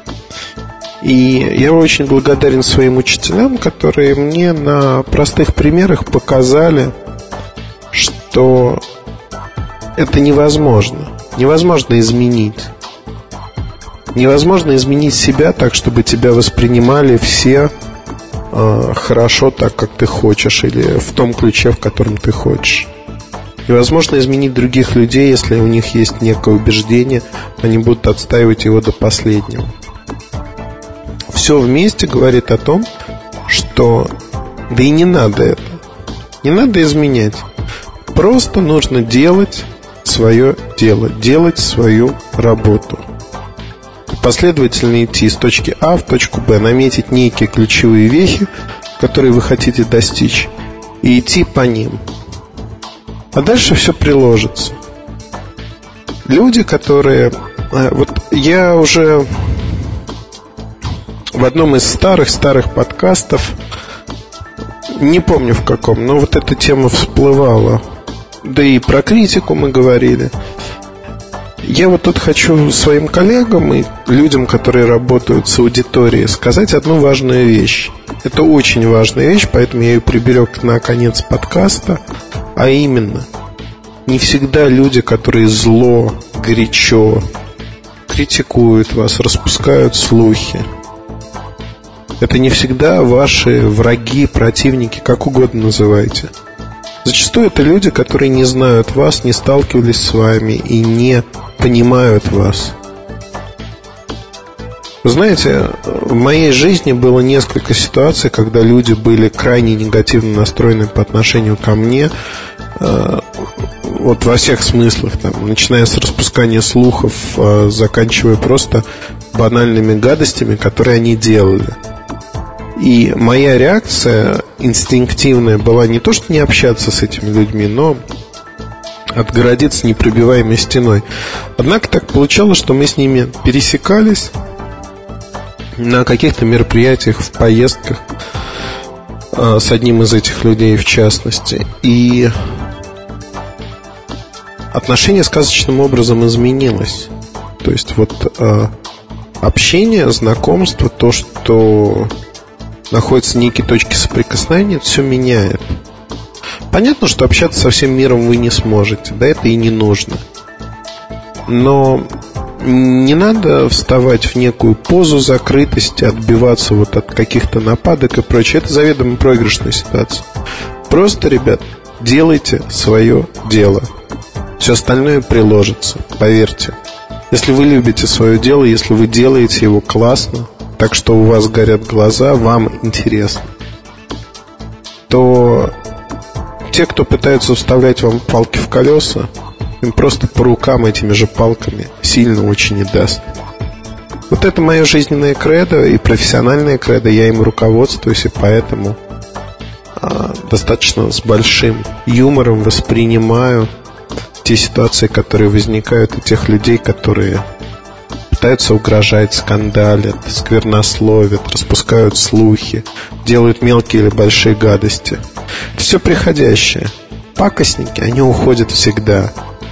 [SPEAKER 3] И я очень благодарен своим учителям, которые мне на простых примерах показали, что это невозможно. Невозможно изменить. Невозможно изменить себя так, чтобы тебя воспринимали все хорошо так, как ты хочешь, или в том ключе, в котором ты хочешь. Невозможно изменить других людей, если у них есть некое убеждение, они будут отстаивать его до последнего. Все вместе говорит о том, что да и не надо это. Не надо изменять. Просто нужно делать свое дело, делать свою работу. Последовательно идти с точки А в точку Б, наметить некие ключевые вехи, которые вы хотите достичь, и идти по ним. А дальше все приложится. Люди, которые... Вот я уже в одном из старых подкастов, не помню в каком, но вот эта тема всплывала. Да и про критику мы говорили. Я вот тут хочу своим коллегам и людям, которые работают с аудиторией, сказать одну важную вещь. Это очень важная вещь, поэтому я ее приберег на конец подкаста. А именно, не всегда люди, которые зло, горячо критикуют вас, распускают слухи, это не всегда ваши враги, противники, как угодно называйте. Зачастую это люди, которые не знают вас, не сталкивались с вами и не понимают вас. Вы знаете, в моей жизни было несколько ситуаций, когда люди были крайне негативно настроены по отношению ко мне, вот во всех смыслах, там, начиная с распускания слухов, заканчивая просто банальными гадостями, которые они делали. И моя реакция инстинктивная была не то, что не общаться с этими людьми, но отгородиться непробиваемой стеной. Однако так получалось, что мы с ними пересекались на каких-то мероприятиях, в поездках, с одним из этих людей в частности. И отношение сказочным образом изменилось. То есть вот общение, знакомство, то, что находятся некие точки соприкосновения, это все меняет. Понятно, что общаться со всем миром вы не сможете, да, это и не нужно. Но не надо вставать в некую позу закрытости, отбиваться вот от каких-то нападок и прочее. Это заведомо проигрышная ситуация. Просто, ребят, делайте свое дело. Все остальное приложится, поверьте. Если вы любите свое дело, если вы делаете его классно, так что у вас горят глаза, вам интересно, то те, кто пытаются вставлять вам палки в колеса, им просто по рукам этими же палками сильно очень не даст. Вот это мое жизненное кредо и профессиональное кредо, я им руководствуюсь, и поэтому достаточно с большим юмором воспринимаю те ситуации, которые возникают, и тех людей, которые пытаются угрожать, скандалят, сквернословят, распускают слухи, делают мелкие или большие гадости. Это все приходящее. Пакостники, они уходят всегда.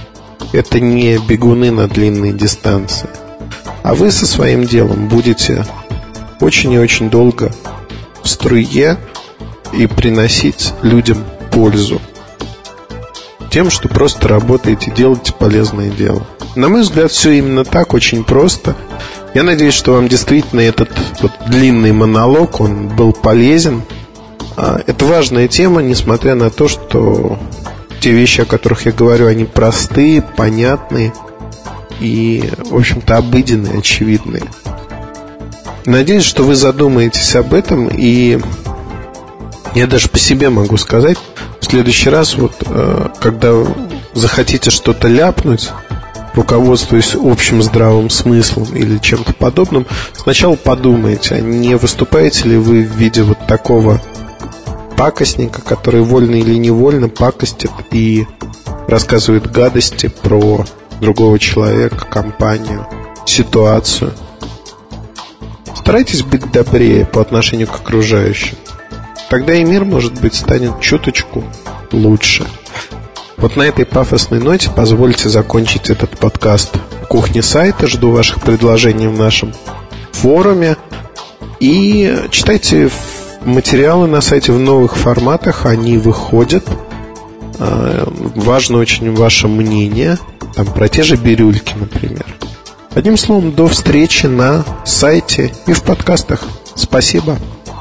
[SPEAKER 3] это не бегуны на длинные дистанции. А вы со своим делом будете очень и очень долго в струе и приносить людям пользу тем, что просто работаете, делаете полезное дело. На мой взгляд, все именно так, очень просто. Я надеюсь, что вам действительно этот вот длинный монолог, он был полезен. Это важная тема, несмотря на то, что те вещи, о которых я говорю, они простые, понятные и, в общем-то, обыденные, очевидные. Надеюсь, что вы задумаетесь об этом. И я даже по себе могу сказать, в следующий раз, вот, когда захотите что-то ляпнуть, руководствуясь общим здравым смыслом или чем-то подобным, сначала подумайте, а не выступаете ли вы в виде вот такого пакостника, который вольно или невольно пакостит и рассказывает гадости про другого человека, компанию, ситуацию. Старайтесь быть добрее по отношению к окружающим. Тогда и мир, может быть, станет чуточку лучше. Вот на этой пафосной ноте позвольте закончить этот подкаст «Кухни сайта». Жду ваших предложений в нашем форуме. И читайте материалы на сайте в новых форматах. Они выходят. Важно очень ваше мнение. Там про те же бирюльки, например. Одним словом, до встречи на сайте и в подкастах. Спасибо.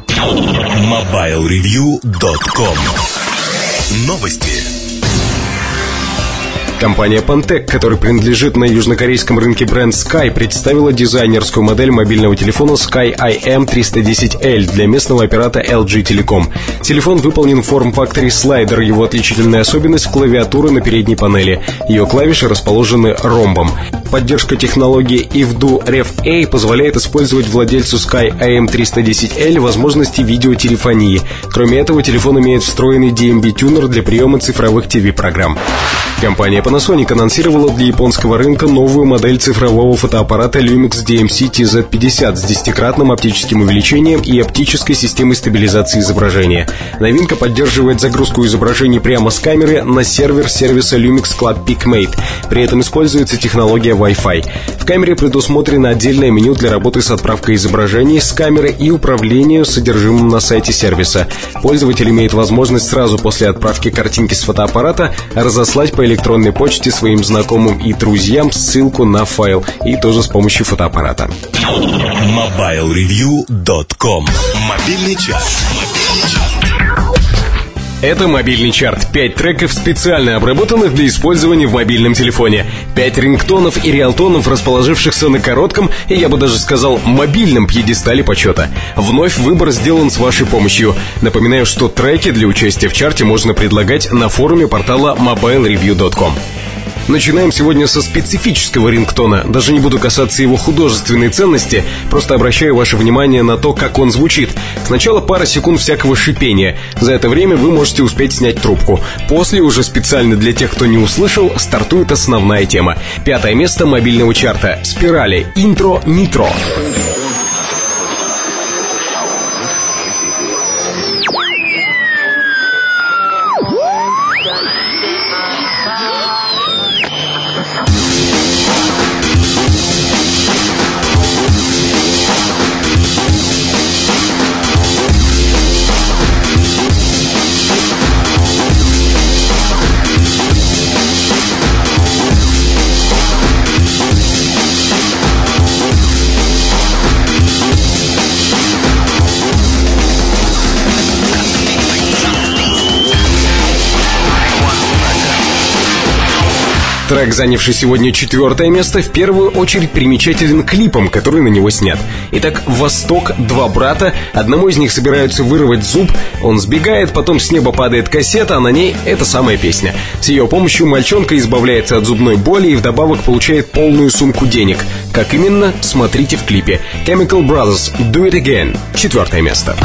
[SPEAKER 1] MobileReview.com. Новости.
[SPEAKER 2] Компания Pantec, которой принадлежит на южнокорейском рынке бренд Sky, представила дизайнерскую модель мобильного телефона Sky IM310L для местного оператора LG Telecom. Телефон выполнен в форм-факторе слайдер. Его отличительная особенность — клавиатура на передней панели. Ее клавиши расположены ромбом. Поддержка технологии IFDU Ref-A позволяет использовать владельцу Sky IM310L возможности видеотелефонии. Кроме этого, телефон имеет встроенный DMB-тюнер для приема цифровых ТВ-программ. Компания Panasonic анонсировала для японского рынка новую модель цифрового фотоаппарата Lumix DMC TZ50 с 10-кратным оптическим увеличением и оптической системой стабилизации изображения. Новинка поддерживает загрузку изображений прямо с камеры на сервер сервиса Lumix Club PicMate. При этом используется технология Wi-Fi. В камере предусмотрено отдельное меню для работы с отправкой изображений с камеры и управлению содержимым на сайте сервиса. Пользователь имеет возможность сразу после отправки картинки с фотоаппарата разослать по электронной почте своим знакомым и друзьям ссылку на файл, и тоже с помощью фотоаппарата.
[SPEAKER 1] MobileReview.com. Мобильный час.
[SPEAKER 2] Это мобильный чарт. 5 треков, специально обработанных для использования в мобильном телефоне. 5 рингтонов и риалтонов, расположившихся на коротком, и я бы даже сказал, мобильном пьедестале почета. Вновь выбор сделан с вашей помощью. Напоминаю, что треки для участия в чарте можно предлагать на форуме портала MobileReview.com. Начинаем сегодня со специфического рингтона. Даже не буду касаться его художественной ценности, просто обращаю ваше внимание на то, как он звучит. Сначала пара секунд всякого шипения. За это время вы можете успеть снять трубку. После, уже специально для тех, кто не услышал, стартует основная тема. 5-е место мобильного чарта. Спирали. Интро Нитро. Трек, занявший сегодня 4-е место, в первую очередь примечателен клипом, который на него снят. Итак, «Восток», два брата, одному из них собираются вырвать зуб, он сбегает, потом с неба падает кассета, а на ней эта самая песня. С ее помощью мальчонка избавляется от зубной боли и вдобавок получает полную сумку денег. Как именно, смотрите в клипе. Chemical Brothers, Do It Again, 4-е место.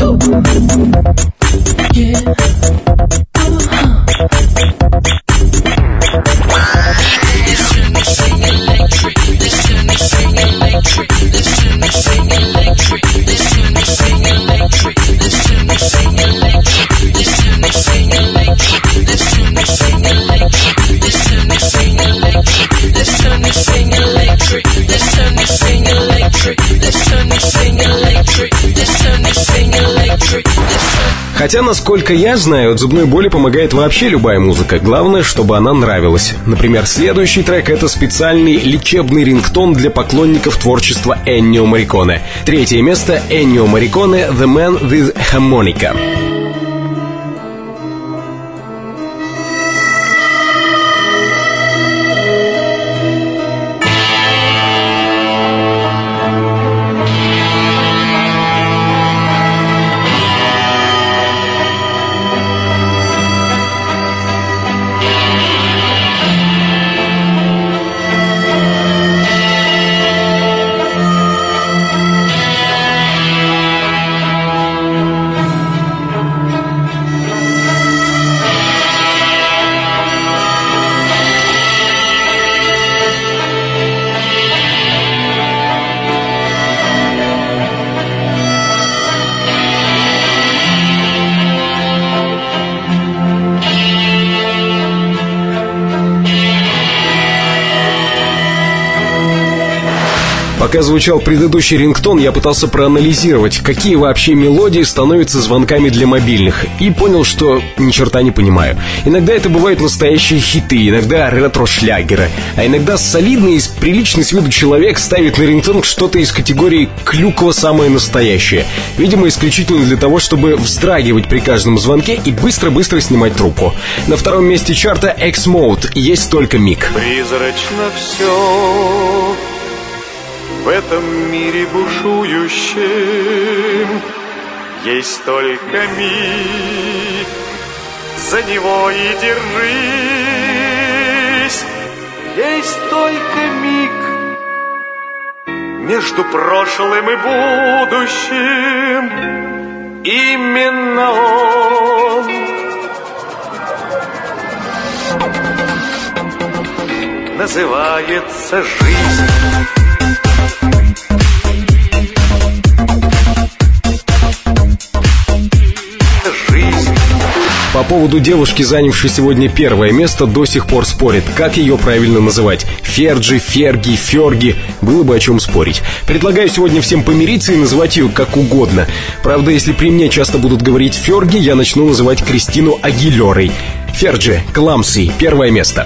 [SPEAKER 6] Electric.
[SPEAKER 2] Хотя, насколько я знаю, от зубной боли помогает вообще любая музыка. Главное, чтобы она нравилась. Например, следующий трек — это специальный лечебный рингтон для поклонников творчества Эннио Морриконе. Третье место — Эннио Морриконе «The Man with Harmonica». Пока звучал предыдущий рингтон, я пытался проанализировать, какие вообще мелодии становятся звонками для мобильных, и понял, что ни черта не понимаю. Иногда это бывают настоящие хиты, иногда ретро-шлягеры, а иногда солидный и приличный с виду человек ставит на рингтон что-то из категории «Клюква самое настоящее», видимо, исключительно для того, чтобы вздрагивать при каждом звонке и быстро-быстро снимать трубку. На втором месте чарта X-Mode «Есть только миг».
[SPEAKER 6] Призрачно все в этом мире бушующем, есть только миг, за него и держись. Есть только миг между прошлым и будущим, именно он называется жизнь.
[SPEAKER 2] По поводу девушки, занявшей сегодня первое место, до сих пор спорят, как ее правильно называть. Ферджи, Ферги, Ферги. Было бы о чем спорить. Предлагаю сегодня всем помириться и называть ее как угодно. Правда, если при мне часто будут говорить Ферги, я начну называть Кристину Агилерой. Ферджи, Кламси, первое место.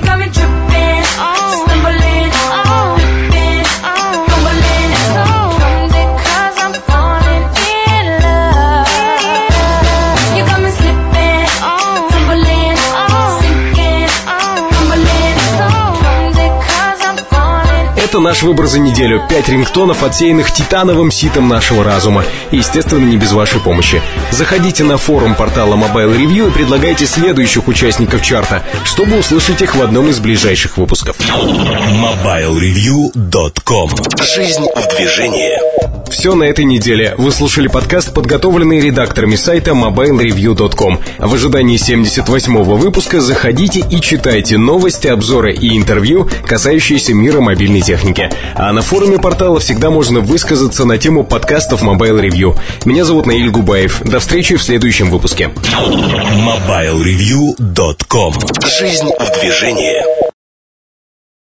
[SPEAKER 2] Это наш выбор за неделю. 5 рингтонов, отсеянных титановым ситом нашего разума. И, естественно, не без вашей помощи. Заходите на форум портала Mobile Review и предлагайте следующих участников чарта, чтобы услышать их в одном из ближайших выпусков.
[SPEAKER 1] MobileReview.com. Жизнь в движении.
[SPEAKER 2] Все на этой неделе. Вы слушали подкаст, подготовленный редакторами сайта MobileReview.com. В ожидании 78-го выпуска заходите и читайте новости, обзоры и интервью, касающиеся мира мобильной техники. А на форуме портала всегда можно высказаться на тему подкастов Mobile Review. Меня зовут Наиль Губаев. До встречи в следующем выпуске.
[SPEAKER 1] MobileReview.com. Жизнь в движении.